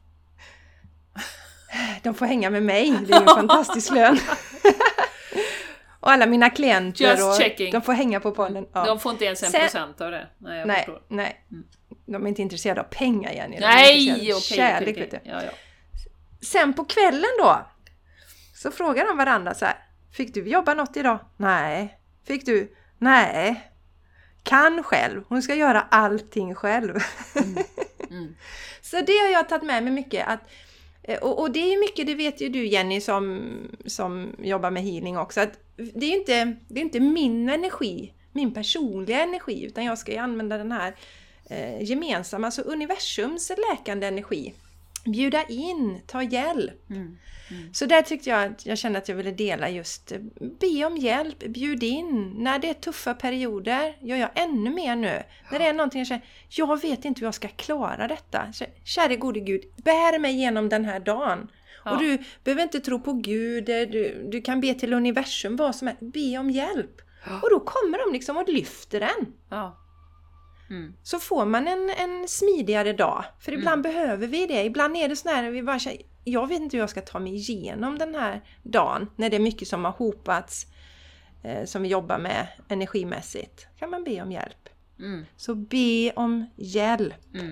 De får hänga med mig. Det är ju en fantastisk lön. Och alla mina klienter. De får hänga på podden. Ja. De får inte ens 1% av det. Nej, jag förstår. Nej. De är inte intresserade av pengar, Jenny. Nej, okej. Ja. Sen på kvällen då. Så frågar de varandra så här. Fick du jobba något idag? Nej. Fick du? Nej. Kan själv. Hon ska göra allting själv. Så det har jag tagit med mig mycket. Och det är mycket, det vet ju du Jenny som jobbar med healing också. Att det är inte min energi, min personliga energi. Utan jag ska ju använda den här gemensamma, alltså universums läkande energi. Bjuda in, ta hjälp. Så där tyckte jag att jag kände att jag ville dela just be om hjälp, bjud in. När det är tuffa perioder gör jag ännu mer nu. När det är någonting jag känner, jag vet inte hur jag ska klara detta. Käre gode Gud, bär mig genom den här dagen. Ja. Och du behöver inte tro på Gud, du kan be till universum, vad som är, be om hjälp. Ja. Och då kommer de liksom och lyfter den. Ja. Så får man en smidigare dag. För ibland behöver vi det. Ibland är det så här vi bara säger, jag vet inte hur jag ska ta mig igenom den här dagen. När det är mycket som har hopats. Som vi jobbar med energimässigt. Kan man be om hjälp. Så be om hjälp.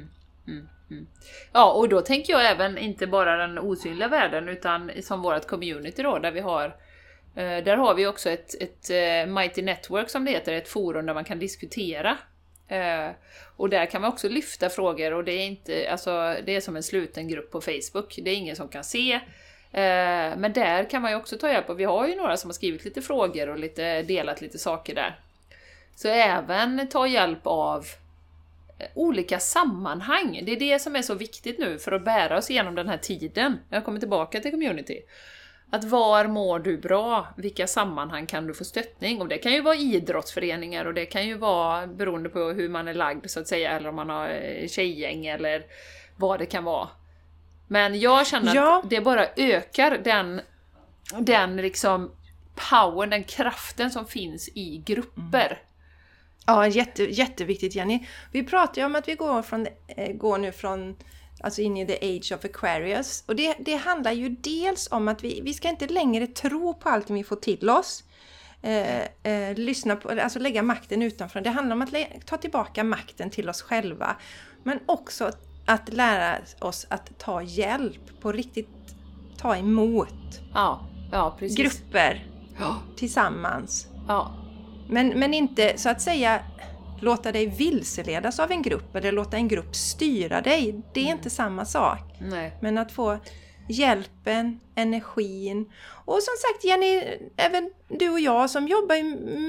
Ja, och då tänker jag även inte bara den osynliga världen. Utan som vårt community då. Där har vi också ett Mighty Network som det heter. Ett forum där man kan diskutera. Och där kan man också lyfta frågor. Och det är inte, alltså, det är som en sluten grupp på Facebook. Det är ingen som kan se. Men där kan man ju också ta hjälp. Och vi har ju några som har skrivit lite frågor och delat lite saker där. Så även ta hjälp av olika sammanhang. Det är det som är så viktigt nu för att bära oss igenom den här tiden. Jag kommer tillbaka till community. Att var mår du bra? Vilka sammanhang kan du få stöttning? Och det kan ju vara idrottsföreningar och det kan ju vara beroende på hur man är lagd så att säga. Eller om man har tjejgäng eller vad det kan vara. Men jag känner att det bara ökar den liksom power, den kraften som finns i grupper. Ja, jätteviktigt Jenny. Vi pratar ju om att vi går nu från alltså in i the age of Aquarius. Och det handlar ju dels om att vi ska inte längre tro på allt vi får till oss. Lyssna på, alltså lägga makten utanför. Det handlar om att ta tillbaka makten till oss själva. Men också att lära oss att ta hjälp på riktigt. Ta emot. Ja, precis. Grupper tillsammans. Ja. Men inte så att säga låta dig vilseledas av en grupp eller låta en grupp styra dig. Det är inte samma sak. Nej. Men att få hjälpen, energin. Och som sagt Jenny, även du och jag som jobbar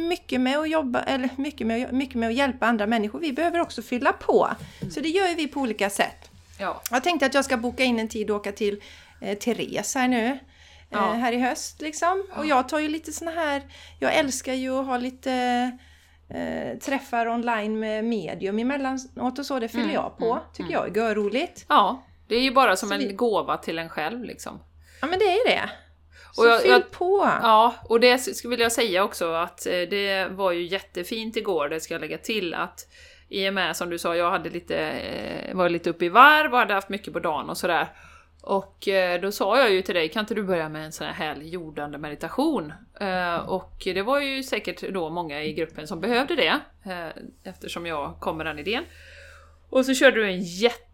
mycket med att hjälpa andra människor. Vi behöver också fylla på. Så det gör vi på olika sätt. Ja. Jag tänkte att jag ska boka in en tid och åka till Therese här nu. Här i höst liksom. Och jag tar ju lite såna här, jag älskar ju att ha lite träffar online med medium emellanåt och så, det fyller jag på. Tycker jag är roligt. Ja, det är ju bara som en gåva till en själv liksom. Ja, men det är ju det. Så och fyll på. Ja, och det skulle vilja säga också att det var ju jättefint igår, det ska jag lägga till att i och med som du sa, jag hade var lite uppe i varv och hade haft mycket på dagen och sådär. Och då sa jag ju till dig, kan inte du börja med en sån här härlig jordande meditation? Och det var ju säkert då många i gruppen som behövde det, eftersom jag kom med den idén. Och så körde du en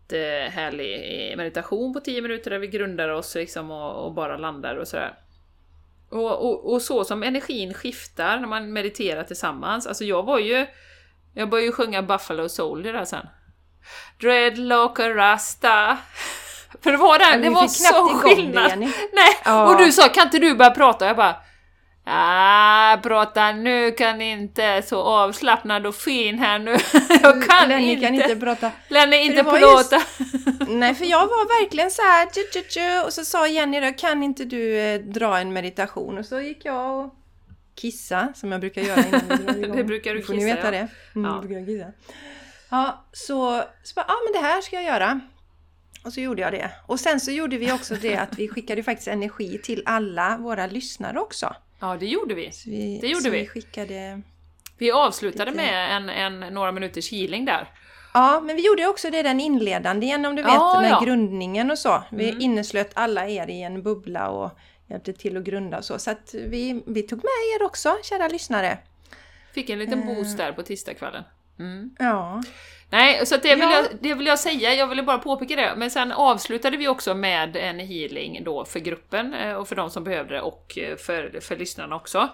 jättehärlig meditation på 10 minuter där vi grundar oss liksom och bara landar och sådär. Och så som energin skiftar när man mediterar tillsammans. Alltså jag började ju sjunga Buffalo Soldier där sen. Dreadlock och Rasta. För det var så skillnad. Nej, och du sa, kan inte du börja prata? Jag bara, prata nu, kan inte, så avslappnad och fin här nu. Jag kan Lenny kan inte prata. Lenny inte prata. Nej, för jag var verkligen så här, och så sa Jenny då, kan inte du dra en meditation? Och så gick jag och kissa, som jag brukar göra innan vi drar igång. Det brukar du kissa, får ni veta ja. det? Ja. Brukar jag kissa. Ja, så bara, men det här ska jag göra. Och så gjorde jag det. Och sen så gjorde vi också det att vi skickade faktiskt energi till alla våra lyssnare också. Ja, det gjorde vi. Vi skickade... Vi avslutade med några minuters healing där. Ja, men vi gjorde också det den inledande igen, om du vet, den här grundningen och så. Vi inneslöt alla er i en bubbla och hjälpte till att grunda och så. Så att vi tog med er också, kära lyssnare. Fick en liten boost där på tisdagskvällen. Ja. Nej, så att det vill jag säga, jag ville bara påpeka det. Men sen avslutade vi också med en healing då för gruppen och för de som behövde det och för lyssnarna också.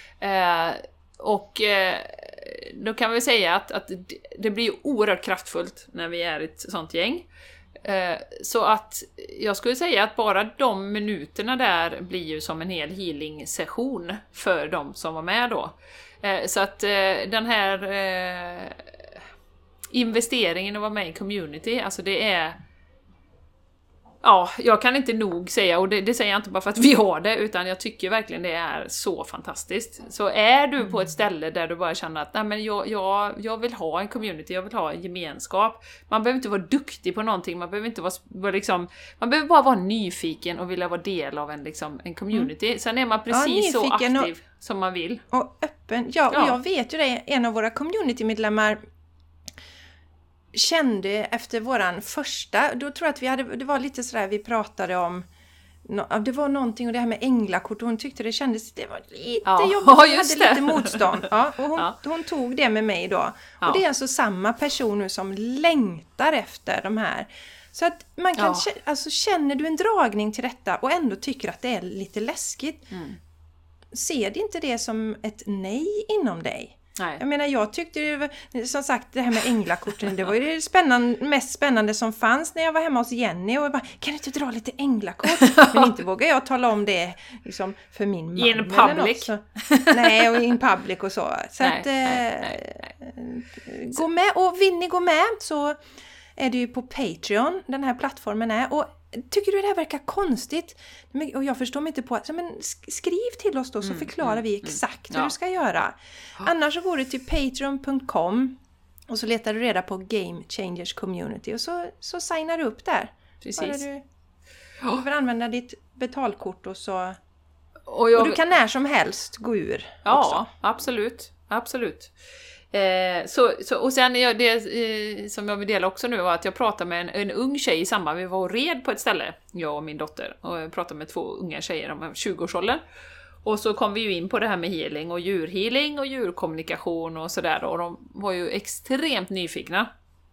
Då kan vi säga att det blir oerhört kraftfullt när vi är ett sånt gäng. Så att jag skulle säga att bara de minuterna där blir ju som en hel healing-session för de som var med då. Så att den här investeringen att vara med i community, alltså det är... Ja, jag kan inte nog säga, och det säger jag inte bara för att vi har det, utan jag tycker verkligen det är så fantastiskt. Så är du på ett ställe där du bara känner att nej, men jag vill ha en community, jag vill ha en gemenskap. Man behöver inte vara duktig på någonting, man behöver inte vara liksom, man behöver bara vara nyfiken och vilja vara del av en community. Sen är man precis så aktiv som man vill. Och öppen, och jag vet ju det, en av våra community-medlemmar kände efter våran första, då tror jag att det var lite sådär vi pratade om, det var någonting och det här med änglakort, och hon tyckte det kändes, det var lite jobbigt, hon hade lite motstånd. Ja, och hon tog det med mig då. Ja. Och det är alltså samma person nu som längtar efter de här. Så att man kan, alltså känner du en dragning till detta och ändå tycker att det är lite läskigt, ser det inte det som ett nej inom dig? Nej. Jag menar, jag tyckte ju, som sagt, det här med änglakorten, det var ju det mest spännande som fanns när jag var hemma hos Jenny, och jag bara, kan du inte dra lite änglakort? Men inte vågar jag tala om det liksom för min man. In public. Nej, och in public och så. Så gå med, och vill ni gå med så är det ju på Patreon, den här plattformen är, och tycker du det här verkar konstigt och jag förstår mig inte på det, men skriv till oss då, så förklarar vi exakt hur du ska göra. Annars så går du till patreon.com och så letar du reda på Game Changers Community och så signar du upp där. Precis. Du får använda ditt betalkort och du kan när som helst gå ur också. Absolut. Och sen det som jag vill dela också nu var att jag pratade med en ung tjej i samband. Vi var och red på ett ställe, jag och min dotter, och jag pratade med 2 unga tjejer om 20-årsåldern. Och så kom vi ju in på det här med healing och djurhealing och djurkommunikation och sådär, och de var ju extremt nyfikna.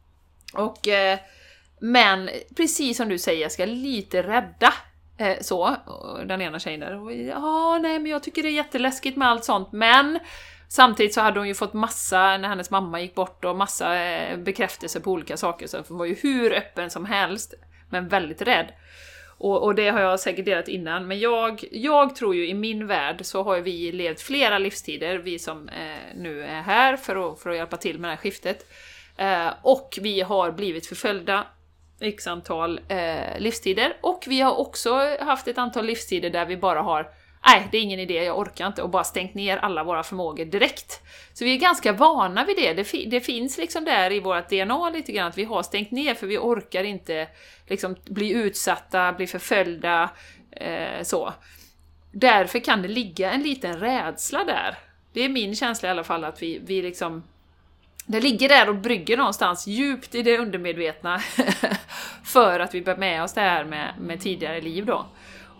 Men precis som du säger, jag ska lite rädda den ena tjejen där. Nej, men jag tycker det är jätteläskigt med allt sånt, men samtidigt så hade hon ju fått massa, när hennes mamma gick bort, och massa bekräftelse på olika saker, så hon var ju hur öppen som helst, men väldigt rädd. Och det har jag säkert delat innan, men jag tror ju, i min värld så har vi levt flera livstider, vi som nu är här för att hjälpa till med det här skiftet. Och vi har blivit förföljda x antal livstider, och vi har också haft ett antal livstider där vi bara har nej, det är ingen idé, jag orkar inte, och bara stängt ner alla våra förmågor direkt. Så vi är ganska vana vid det. Det finns liksom där i vårt DNA lite grann att vi har stängt ner, för vi orkar inte liksom bli utsatta, bli förföljda, så. Därför kan det ligga en liten rädsla där. Det är min känsla i alla fall, att vi liksom, det ligger där och brygger någonstans djupt i det undermedvetna för att vi bär med oss det här med tidigare liv då.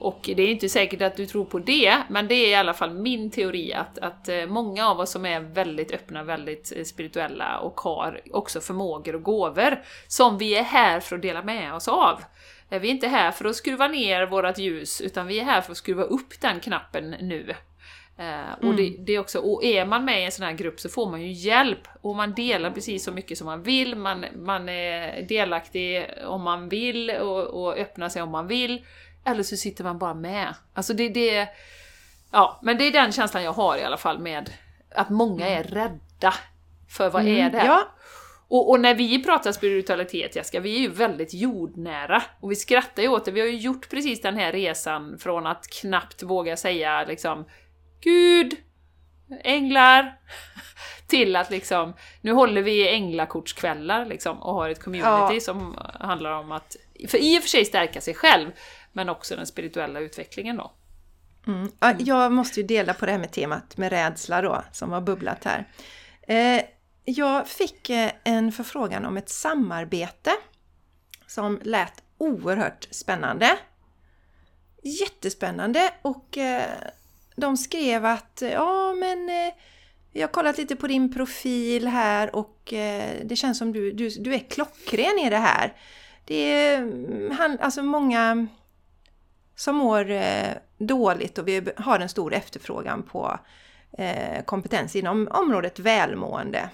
Och det är inte säkert att du tror på det, men det är i alla fall min teori att många av oss som är väldigt öppna, väldigt spirituella och har också förmågor och gåvor som vi är här för att dela med oss av. Vi är inte här för att skruva ner vårat ljus, utan vi är här för att skruva upp den knappen nu. Och det är också, och är man med i en sån här grupp så får man ju hjälp, och man delar precis så mycket som man vill, man är delaktig om man vill och öppnar sig om man vill, eller så sitter man bara med. Alltså ja, men det är den känslan jag har i alla fall, med att många är rädda för vad är det här. Ja. Och när vi pratar spiritualitet, Jessica, vi är ju väldigt jordnära. Och vi skrattar ju åt det. Vi har ju gjort precis den här resan från att knappt våga säga liksom Gud, änglar, till att liksom, nu håller vi änglakortskvällar liksom, och har ett community som handlar om att, i och för sig stärka sig själv, men också den spirituella utvecklingen då. Ja, jag måste ju dela på det här med temat med rädsla då, som har bubblat här. Jag fick en förfrågan om ett samarbete som lät oerhört spännande. Jättespännande, och de skrev att jag har kollat lite på din profil här, och det känns som du är klockren i det här. Det är alltså många som mår dåligt, och vi har en stor efterfrågan på kompetens inom området välmående.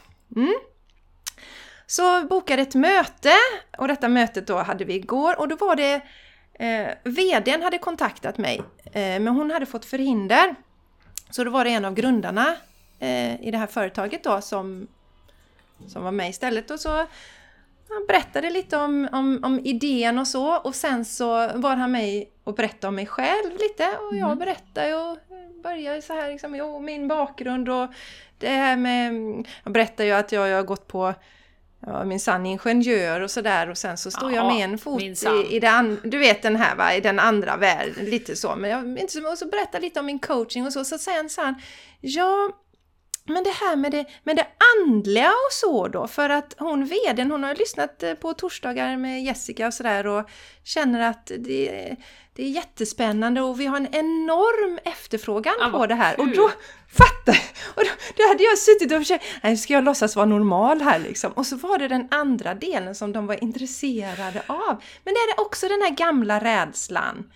Så bokade ett möte, och detta mötet då hade vi igår, och då var det vdn hade kontaktat mig, men hon hade fått förhinder. Så då var det en av grundarna i det här företaget då som var med istället, och så han berättade lite om idén och så, och sen så var han med och berättade om mig själv lite, och jag berättade och började så här liksom, min bakgrund och det här med, jag berättade ju att jag har gått på min sann ingenjör och sådär, och sen så stod jag med en fot i den, du vet den här va, i den andra världen, lite så, men jag inte så, och så berättade lite om min coaching och så säger han ja, men det här med det andliga och så då, för att hon har lyssnat på torsdagar med Jessica och sådär, och känner att det är jättespännande, och vi har en enorm efterfrågan på det här. Kul. Och då då hade jag suttit och försökt, ska jag låtsas vara normal här liksom? Och så var det den andra delen som de var intresserade av. Men det är också den här gamla rädslan.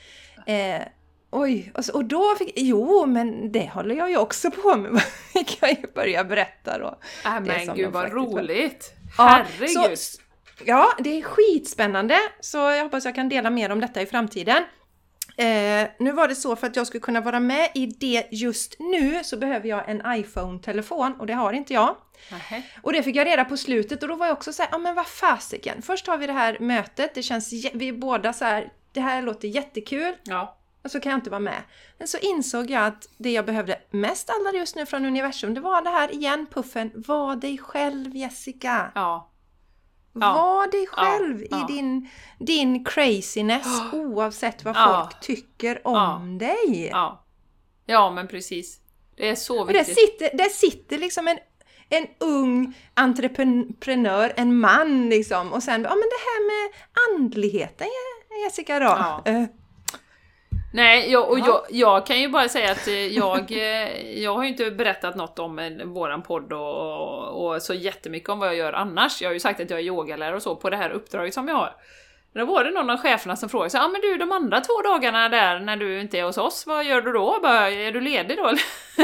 Och då fick men det håller jag ju också på med. Fick jag ju börja berätta då. Men gud vad roligt. Herregud. Ja, det är skitspännande. Så jag hoppas jag kan dela mer om detta i framtiden. Nu var det så, för att jag skulle kunna vara med i det just nu så behöver jag en iPhone-telefon, och det har inte jag. Och det fick jag reda på slutet, och då var jag också så här, men vad fasiken. Först har vi det här mötet, det känns, vi är båda så här, det här låter jättekul. Ja. Och så kan jag inte vara med. Men så insåg jag att det jag behövde mest allra just nu från universum, det var det här igen, puffen. Var dig själv, Jessica. Ja. Var dig själv i din craziness, oavsett vad folk tycker om dig. Ja, men precis. Det är så viktigt. Där sitter liksom en ung entreprenör, en man liksom. Och sen, men det här med andligheten, Jessica då. Ja. Nej, jag kan ju bara säga att jag har ju inte berättat något om våran podd och så jättemycket om vad jag gör annars. Jag har ju sagt att jag är yogalärare och så på det här uppdraget som jag har. Då var det någon av cheferna som frågade så, men du, de andra 2 dagarna där när du inte är hos oss, vad gör du då? Är du ledig då?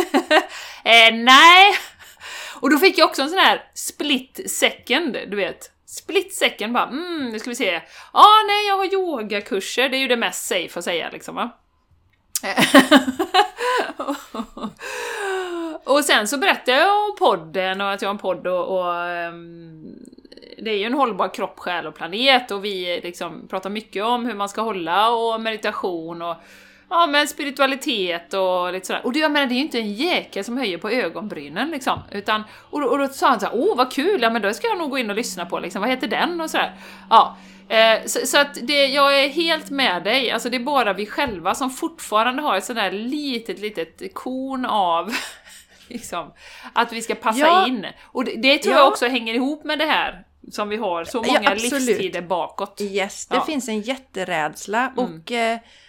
Nej. Och då fick jag också en sån här split second, du vet. Split second bara, nu ska vi se. Nej, jag har yogakurser, det är ju det mest safe att säga liksom, va? Och sen så berättade jag om podden och att jag har en podd och det är ju en hållbar kropp, själ och planet, och vi liksom pratar mycket om hur man ska hålla och meditation och men spiritualitet och lite sådär. Och det är ju inte en jäkel som höjer på ögonbrynen liksom, utan och då sa han så här, vad kul, men då ska jag nog gå in och lyssna på liksom, vad heter den och sådär. Så att jag är helt med dig. Alltså det är bara vi själva som fortfarande har ett sådär litet korn av liksom, att vi ska passa in. Och det tror jag också hänger ihop med det här som vi har så många livstider bakåt. Yes, det finns en jätterädsla och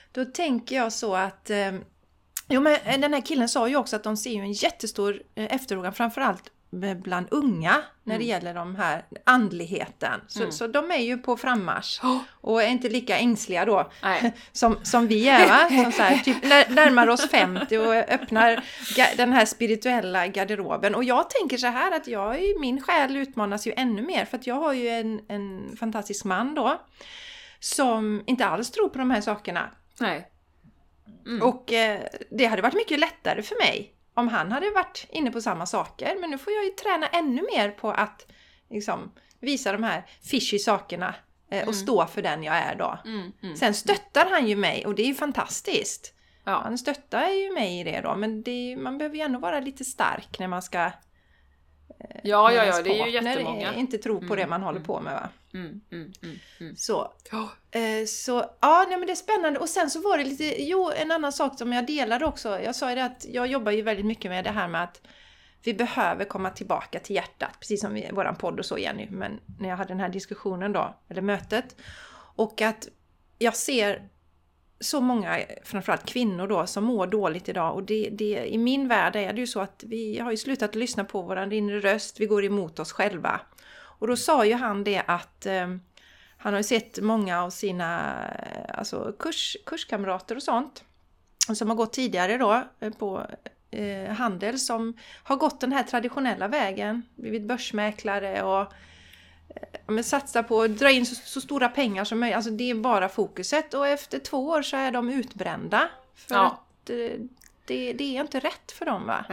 Då tänker jag så att... Jo, men den här killen sa ju också att de ser ju en jättestor efterfrågan, framförallt bland unga, när det gäller de här andligheten. Så de är ju på frammarsch och är inte lika ängsliga då som vi är, va? Som så här, typ närmar oss 50 och öppnar den här spirituella garderoben. Och jag tänker så här att min själ utmanas ju ännu mer, för att jag har ju en fantastisk man då som inte alls tror på de här sakerna. Nej. Och det hade varit mycket lättare för mig om han hade varit inne på samma saker. Men nu får jag ju träna ännu mer på att liksom, visa de här fishy sakerna och stå för den jag är då. Sen stöttar han ju mig och det är ju fantastiskt. Ja. Han stöttar ju mig i det då. Men man behöver ju ändå vara lite stark när man ska... Ja, det är ju jättemånga. Inte tro på det man håller på med, va? Så men det är spännande. Och sen så var det lite, en annan sak som jag delade också. Jag sa ju det att jag jobbar ju väldigt mycket med det här med att vi behöver komma tillbaka till hjärtat. Precis som i våran podd och så, Jenny. Men när jag hade den här diskussionen då, eller mötet. Och att jag ser så många, framförallt kvinnor då, som mår dåligt idag. Och det i min värld är det ju så att vi har ju slutat lyssna på våran inre röst. Vi går emot oss själva. Och då sa ju han det att han har ju sett många av sina kurskamrater och sånt som har gått tidigare då på handel, som har gått den här traditionella vägen, blivit börsmäklare och satsa på att dra in så stora pengar som möjligt. Alltså det är bara fokuset, och efter 2 år så är de utbrända. För att det är inte rätt för dem, va?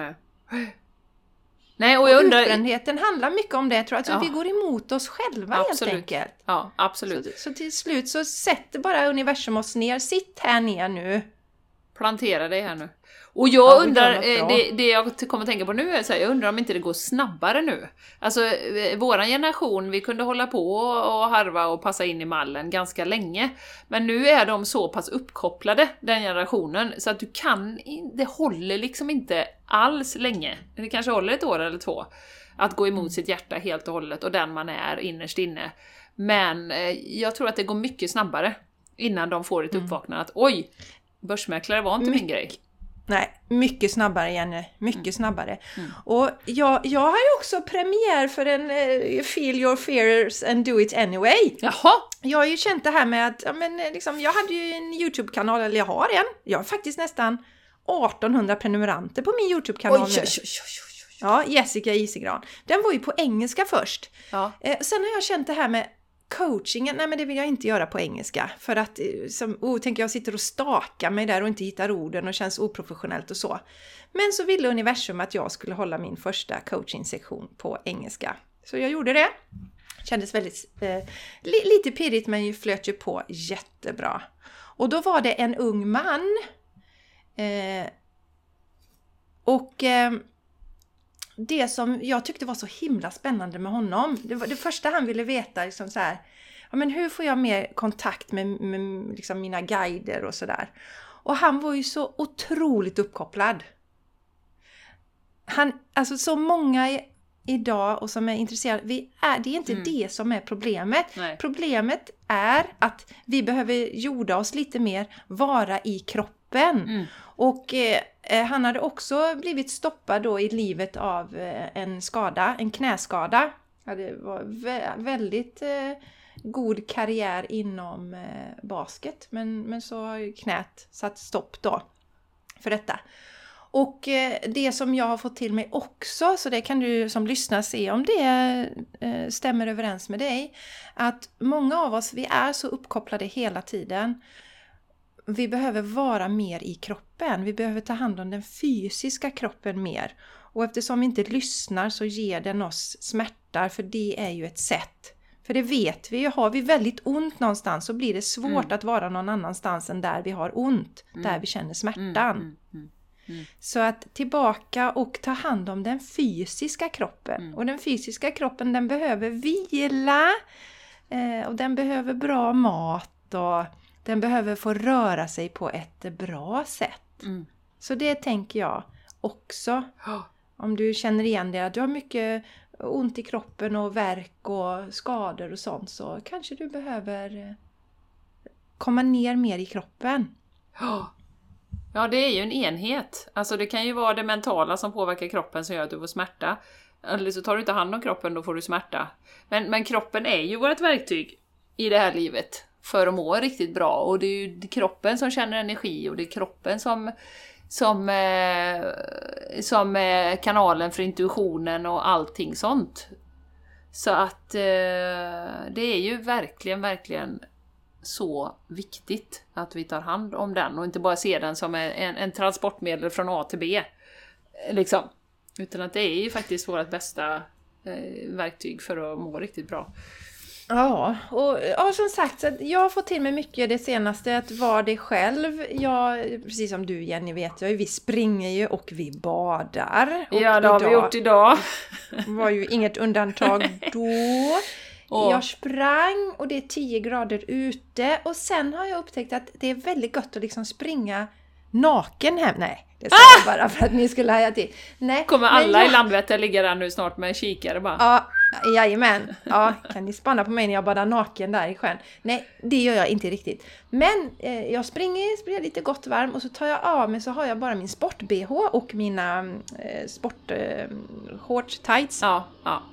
Nej, och jag undrar... Utbrändheten handlar mycket om det, tror jag. Alltså, vi går emot oss själva helt enkelt. Ja, absolut. Så till slut så sätter bara universum oss ner. Sitt här ner nu. Plantera dig här nu. Och jag undrar, det jag kommer att tänka på nu är så här, jag undrar om inte det går snabbare nu. Alltså, våran generation, vi kunde hålla på och harva och passa in i mallen ganska länge. Men nu är de så pass uppkopplade, den generationen, så att det håller liksom inte alls länge. Det kanske håller 1 år eller 2 att gå emot sitt hjärta helt och hållet och den man är innerst inne. Men jag tror att det går mycket snabbare innan de får ett uppvaknande att oj, börsmäklare var inte min grej. Nej, mycket snabbare, Jenny. Mycket snabbare. Och jag har ju också premiär för en Feel Your Fears and Do It Anyway. Jaha! Jag har ju känt det här med att jag hade ju en YouTube-kanal, eller jag har en. Jag har faktiskt nästan 1800 prenumeranter på min YouTube-kanal nu. Ja, Jessica Isegran. Den var ju på engelska först. Ja. Sen har jag känt det här med coachingen, nej men det vill jag inte göra på engelska. För att, tänker jag sitter och stakar mig där och inte hittar orden och känns oprofessionellt och så. Men så ville universum att jag skulle hålla min första coaching-sektion på engelska. Så jag gjorde det. Kändes väldigt, lite pirrigt, men flöt ju på jättebra. Och då var det en ung man. Det som jag tyckte var så himla spännande med honom, det första han ville veta liksom så här, men hur får jag mer kontakt med liksom mina guider och sådär. Och han var ju så otroligt uppkopplad. Alltså så många idag och som är intresserade, det är inte det som är problemet. Nej. Problemet är att vi behöver jorda oss lite mer, vara i kroppen. Och han hade också blivit stoppad då i livet av en knäskada. Det var väldigt god karriär inom basket, men så har ju knät satt stopp då för detta. Och det som jag har fått till mig också, så det kan du som lyssnar se om det stämmer överens med dig, att många av oss, vi är så uppkopplade hela tiden. Vi behöver vara mer i kroppen. Vi behöver ta hand om den fysiska kroppen mer. Och eftersom vi inte lyssnar så ger den oss smärtar, för det är ju ett sätt. För det vet vi ju, har vi väldigt ont någonstans så blir det svårt att vara någon annanstans än där vi har ont, där vi känner smärtan. Så att tillbaka och ta hand om den fysiska kroppen. Och den fysiska kroppen, den behöver vila och den behöver bra mat och den behöver få röra sig på ett bra sätt. Så det tänker jag också. Om du känner igen det, att du har mycket ont i kroppen och värk och skador och sånt, så kanske du behöver komma ner mer i kroppen. Ja, det är ju en enhet. Alltså det kan ju vara det mentala som påverkar kroppen som gör att du får smärta. Eller så tar du inte hand om kroppen, då får du smärta. Men kroppen är ju vårt verktyg i det här livet för att må riktigt bra. Och det är ju kroppen som känner energi och det är kroppen som är kanalen för intuitionen och allting sånt. Så att det är ju verkligen så viktigt att vi tar hand om den och inte bara ser den som en transportmedel från A till B. Liksom. Utan att det är ju faktiskt vårt bästa verktyg för att må riktigt bra. Ja, och som sagt, så jag har fått till mig mycket det senaste att vara det själv. Jag, precis som du Jenny vet, vi springer ju och vi badar. Och ja, det har vi gjort idag. Var ju inget undantag då. Jag sprang och det är 10 grader ute och sen har jag upptäckt att det är väldigt gott att liksom springa naken hem. Nej, det sa jag bara för att ni skulle haja till. Nej, kommer alla i Landvetter ligga där nu snart med kikare bara? Ja, jajamän. Ja, kan ni spanna på mig när jag badar naken där i sjön? Nej, det gör jag inte riktigt. Men jag springer lite gott varm och så tar jag av mig så har jag bara min sport-BH och mina sport-shorts tights. Ja.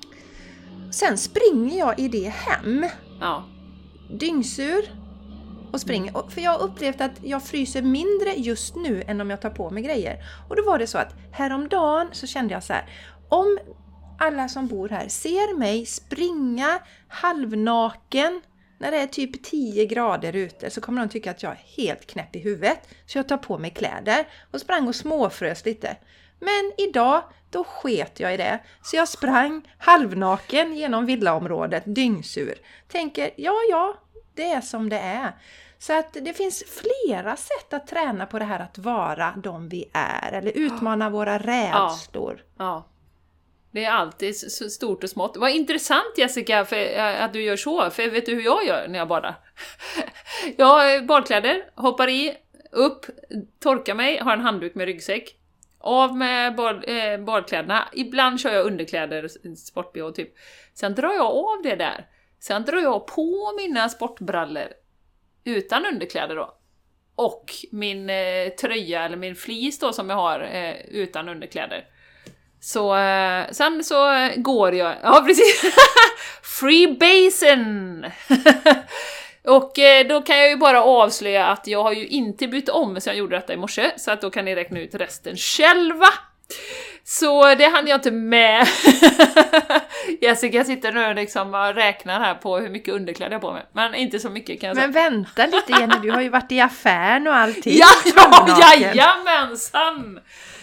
Sen springer jag i det hem. Ja. Dyngsur. Och springer. För jag har upplevt att jag fryser mindre just nu än om jag tar på mig grejer. Och då var det så att häromdagen så kände jag så här. Om alla som bor här ser mig springa halvnaken när det är typ 10 grader ute så kommer de tycka att jag är helt knäpp i huvudet. Så jag tar på mig kläder och sprang och småfrös lite. Men idag då sket jag i det. Så jag sprang halvnaken genom villaområdet dyngsur. Tänker ja, det är som det är. Så att det finns flera sätt att träna på det här att vara de vi är. Eller utmana våra rädslor. Ja. Det är alltid så stort och smått. Vad intressant Jessica att du gör så. För vet du hur jag gör när jag badar? Jag har badkläder, hoppar i, upp, torkar mig, har en handduk med ryggsäck. Av med badkläderna. Ibland kör jag underkläder, sport-BH typ. Sen drar jag av det där. Sen drar jag på mina sportbrallor utan underkläder då. Och min tröja eller min fleece då som jag har utan underkläder. Så sen så går jag. Ja, precis. Freebasen. Och då kan jag ju bara avslöja att jag har ju inte bytt om så jag gjorde detta i morse. Så att då kan ni räkna ut resten själva. Så det hann jag inte med. Jessica sitter nu och liksom räknar här på hur mycket underkläder jag på mig. Men inte så mycket kan jag säga. Men vänta lite Jenny, du har ju varit i affären och allting. Jajamensan!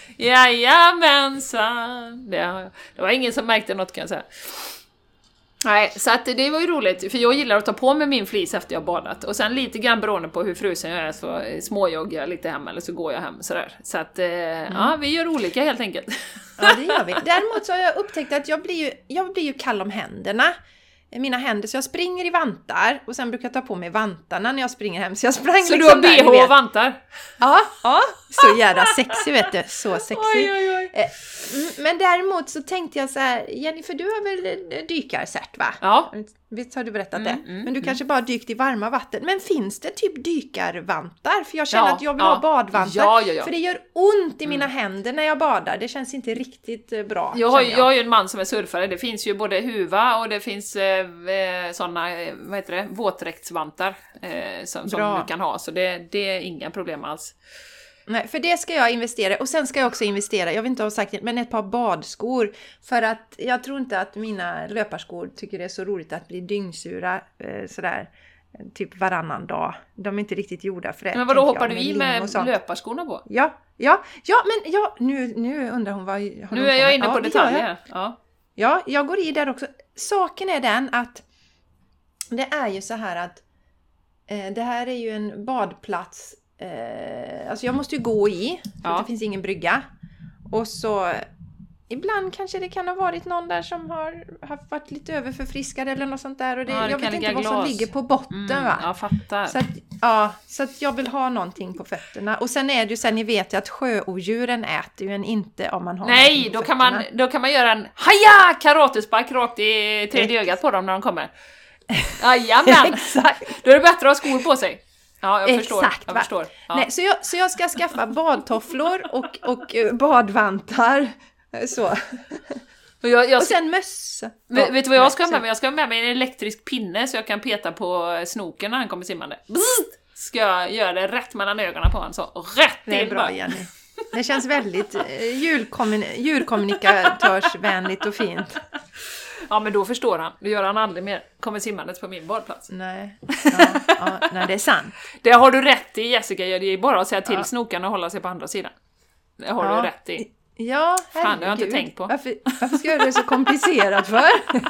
Jajamensan! Det var ingen som märkte något kan jag säga. Nej, så att det var ju roligt. För jag gillar att ta på mig min flis efter jag badat. Och sen lite grann beroende på hur frusen jag är så småjoggar jag lite hem eller så går jag hem sådär. Så att ja, vi gör olika helt enkelt. Ja, det gör vi. Däremot så har jag upptäckt att jag blir ju kall om händerna. Mina händer, så jag springer i vantar och sen brukar jag ta på mig vantarna när jag springer hem. Så jag sprang så liksom du har BH och vantar? Ja, så jävla sexy vet du, så sexy. Oj. Men däremot så tänkte jag så här, Jenny, för du har väl dykarcert va? Ja. Visst har du berättat det? Men du kanske bara dykt i varma vatten. Men finns det typ dykarvantar? För jag känner att jag vill ha badvantar. Ja. För det gör ont i mina händer när jag badar. Det känns inte riktigt bra. Jag har ju en man som är surfare. Det finns ju både huva och det finns sådana, vad heter det, våtdräktsvantar som du kan ha. Så det är inga problem alls. Nej, för det ska jag investera. Och sen ska jag också investera, jag vet inte om jag har sagt det, men ett par badskor. För att jag tror inte att mina löparskor tycker det är så roligt att bli dyngsura sådär typ varannan dag. De är inte riktigt gjorda för det. Men vadå, hoppar du i med löparskorna på? Ja, men nu undrar hon vad... Nu är jag inne på detaljer. Ja, jag går i där också. Saken är den att det är ju så här att det här är ju en badplats. Alltså jag måste ju gå i för att det finns ingen brygga. Och så ibland kanske det kan ha varit någon där som har varit lite överförfriskad eller något sånt där. Och jag vet inte vad som ligger på botten va? Jag fattar. Så att jag vill ha någonting på fötterna. Och sen är det ju sen ni vet ju att sjöodjuren äter ju en inte om man har. Nej, då kan man göra en karatespark rakt i tredje ögat på dem när de kommer. Jajamän. Exakt. Då är det bättre att ha skor på sig. Ja, jag förstår. Exakt, Jag förstår. Ja. Nej, så jag ska skaffa badtofflor och badvantar. Så. Och sen mössa. Vet du vad jag ska ha med mig? Jag ska ha med mig en elektrisk pinne så jag kan peta på snoken när han kommer simmande. Bzzzt! Ska jag göra det rätt mellan ögonen på honom så. Rätt in. Det är bra, Jenny. Det känns väldigt djurkommunikatörsvänligt och fint. Ja, men då förstår han. Då gör han aldrig mer. Kommer simmandet på min badplats. Nej, nej, det är sant. Det har du rätt i, Jessica. Det är bara att säga till snokan och hålla sig på andra sidan. Det har du rätt i. Ja, fan, det har jag inte tänkt på. Varför ska jag göra det så komplicerat för?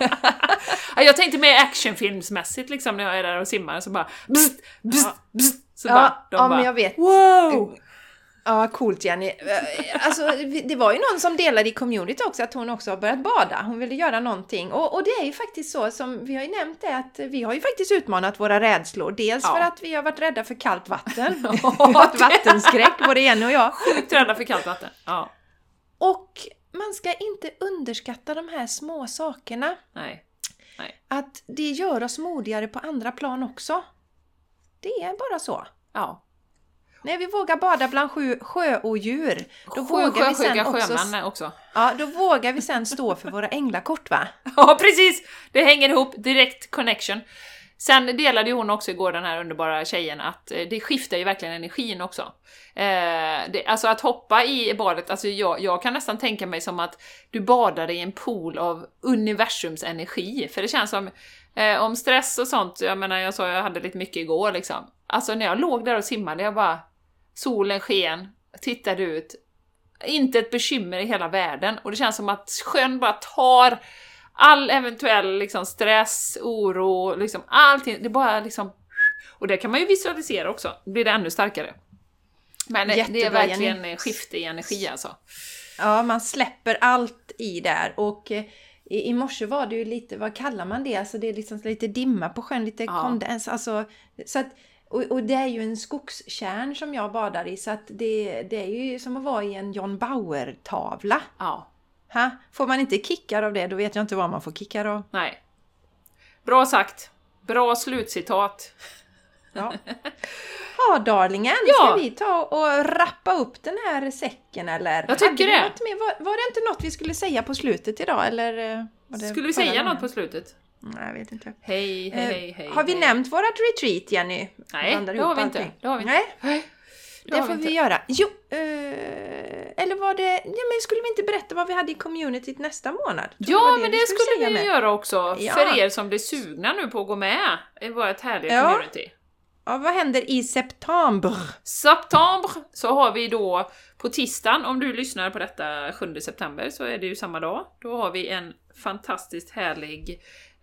Jag tänkte mer actionfilmsmässigt liksom när jag är där och simmar så bara bzzt, bzzt, bzzt, så bara, men jag vet. Wow! Ja, coolt Jenny. Alltså, det var ju någon som delade i community också att hon också har börjat bada. Hon ville göra någonting. Och det är ju faktiskt så som vi har ju nämnt det att vi har ju faktiskt utmanat våra rädslor. Dels för att vi har varit rädda för kallt vatten. Vi har varit vattenskräck, både Jenny och jag. Sjukt rädda för kallt vatten. Ja. Och man ska inte underskatta de här små sakerna. Nej. Att det gör oss modigare på andra plan också. Det är bara så. Ja. När vi vågar bada bland sjöodjur, då vågar vi sen också. Ja, då vågar vi sen stå för våra änglakort, va? Ja, precis. Det hänger ihop, direkt connection. Sen delade ju hon också igår, den här underbara tjejen, att det skiftar ju verkligen energin också. Alltså att hoppa i badet, alltså jag kan nästan tänka mig som att du badar i en pool av universums energi. För det känns som, om stress och sånt, jag menar jag sa jag hade lite mycket igår liksom. Alltså när jag låg där och simmade, jag bara, solen sken, tittade ut, inte ett bekymmer i hela världen. Och det känns som att sjön bara tar all eventuell liksom stress, oro, liksom allting, det bara liksom, och det kan man ju visualisera också, då blir det ännu starkare. Men det är verkligen en skifte i energi alltså. Ja, man släpper allt i där och i morse var det ju lite, vad kallar man det? Alltså det är liksom lite dimma på sjön, lite kondens, alltså så att, och det är ju en skogskärn som jag badar i, så att det är ju som att vara i en John Bauer-tavla. Ja. Får man inte kickar av det, då vet jag inte vad man får kickar av. Nej. Bra sagt. Bra slutcitat. Ja. Ja, darlingen. Ska vi ta och rappa upp den här säcken, eller? Jag tycker det. Var det inte något vi skulle säga på slutet idag, eller? Skulle vi säga något på slutet? Nej, jag vet inte. Hej. Har vi nämnt vårat retreat, Jenny? Nej, det har vi inte. Nej. Det får vi göra. Jo, eller var det... Ja, men skulle vi inte berätta vad vi hade i communityt nästa månad? Ja, men det skulle vi göra också. Ja. För er som blir sugna nu på att gå med i vårt härliga community. Ja, vad händer i september? Så har vi då på tisdagen, om du lyssnar på detta 7 september så är det ju samma dag. Då har vi en fantastiskt härlig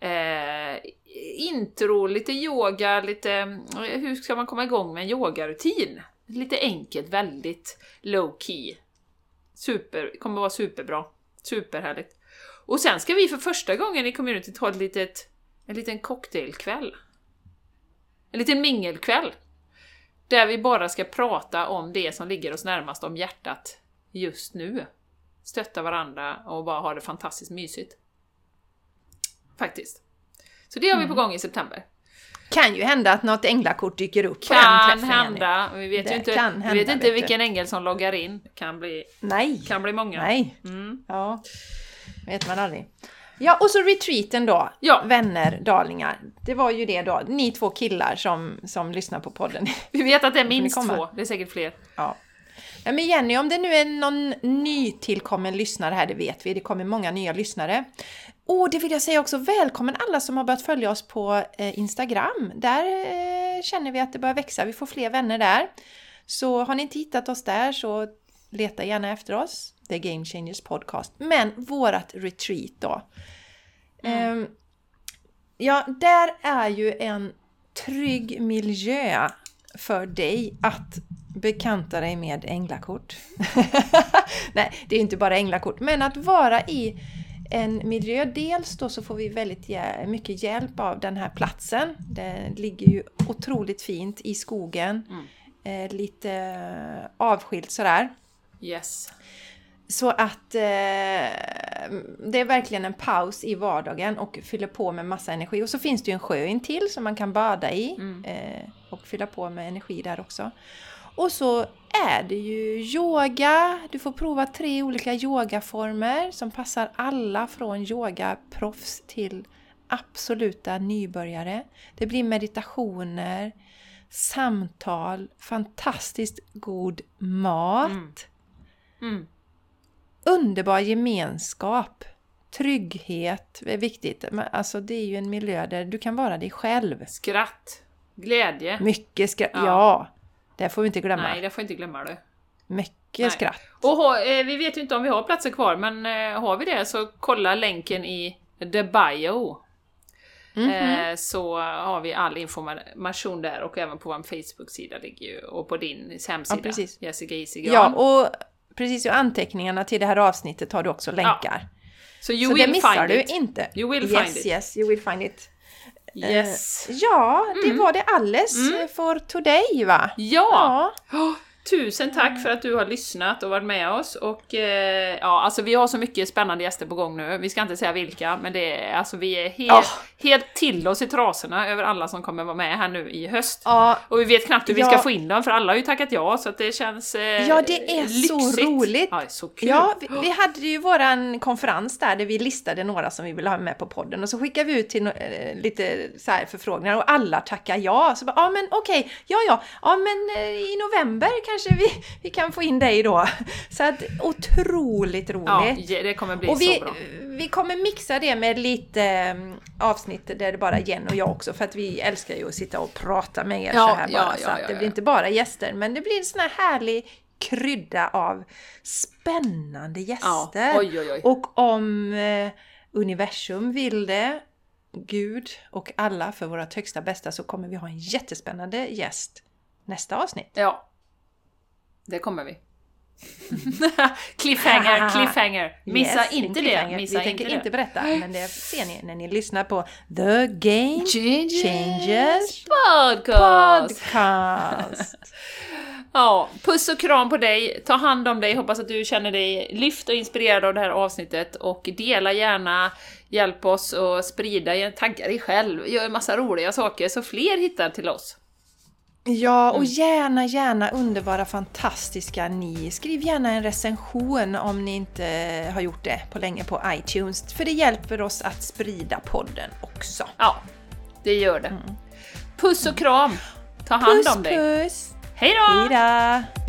intro, lite yoga, lite... Hur ska man komma igång med en yogarutin? Lite enkelt, väldigt low key. Kommer vara superbra. Superhärligt. Och sen ska vi för första gången i community ha en liten cocktailkväll. En liten mingelkväll. Där vi bara ska prata om det som ligger oss närmast om hjärtat just nu. Stötta varandra och bara ha det fantastiskt mysigt. Faktiskt. Så det har vi på gång i september. Kan ju hända att något änglakort dyker upp på den träffen. Kan hända. Vi vet inte vilken ängel som loggar in. Kan bli många. Nej. Ja. Vet man aldrig. Ja, och så retreaten då. Ja. Vänner, darlingar. Det var ju det då. Ni 2 killar som lyssnar på podden. Vi vet att det är minst 2. Det är säkert fler. Ja. Ja, men Jenny, om det nu är någon nytillkommen lyssnare här, det vet vi. Det kommer många nya lyssnare. Och det vill jag säga också, välkommen alla som har börjat följa oss på Instagram. Där känner vi att det börjar växa. Vi får fler vänner där. Så har ni inte hittat oss där så leta gärna efter oss. The Game Changers Podcast. Men vårat retreat då. Ja, där är ju en trygg miljö för dig att bekanta dig med änglakort. Nej, det är inte bara änglakort. Men att vara i en miljö, dels då så får vi väldigt mycket hjälp av den här platsen. Det ligger ju otroligt fint i skogen. Lite avskilt sådär. Yes. Så att det är verkligen en paus i vardagen och fyller på med massa energi. Och så finns det ju en sjö intill som man kan bada i och fylla på med energi där också. Och så är det ju yoga. Du får prova 3 olika yogaformer som passar alla från yogaproffs till absoluta nybörjare. Det blir meditationer, samtal, fantastiskt god mat. Underbar gemenskap, trygghet är viktigt. Alltså det är ju en miljö där du kan vara dig själv. Skratt, glädje. Mycket skratt, ja. Det får vi inte glömma. Nej, det får inte glömma det. Mycket skratt. Och vi vet ju inte om vi har platser kvar, men har vi det så kolla länken i the bio. Så har vi all information där och även på vår Facebook-sida ligger ju, och på din hemsida, Jessica Isigran. Ja, och precis, och anteckningarna till det här avsnittet har du också länkar. Ja. Så det missar du inte. You will find it. Yes, you will find it. Yes. Ja, det var det alles för today, va? Ja. Tusen tack för att du har lyssnat och varit med oss. Och alltså vi har så mycket spännande gäster på gång nu. Vi ska inte säga vilka, men det är, alltså, vi är helt till oss i trasorna över alla som kommer vara med här nu i höst. Och vi vet knappt hur vi ska få in dem, för alla har ju tackat ja, så att det känns ja, det är lyxigt. Så roligt. Ja, det är så kul. Ja, vi hade ju våran konferens där vi listade några som vi ville ha med på podden, och så skickade vi ut till lite så här förfrågningar och alla tackar ja. Så bara, men okej, ja, men i november kanske vi kan få in dig då. Så att otroligt roligt. Ja, det kommer bli och så bra. Vi kommer mixa det med lite avsnitt där det bara är Jen och jag också, för att vi älskar ju att sitta och prata med er så här bara. Så att det blir inte bara gäster, men det blir en sån här härlig krydda av spännande gäster. Oj. Och om universum vill det, Gud och alla för vårt högsta bästa, så kommer vi ha en jättespännande gäst nästa avsnitt. Ja, det kommer vi. cliffhanger. Missa inte det. Vi tänker inte berätta, men det ser ni när ni lyssnar på The Game Changers Podcast. Ja, puss och kram på dig. Ta hand om dig. Hoppas att du känner dig lyft och inspirerad av det här avsnittet. Och dela gärna, hjälp oss och sprida, tagga dig själv. Gör en massa roliga saker så fler hittar till oss. Ja, och gärna underbara, fantastiska ni. Skriv gärna en recension om ni inte har gjort det på länge på iTunes. För det hjälper oss att sprida podden också. Ja, det gör det. Puss och kram. Ta hand om dig. Puss. Hej då! Hej då!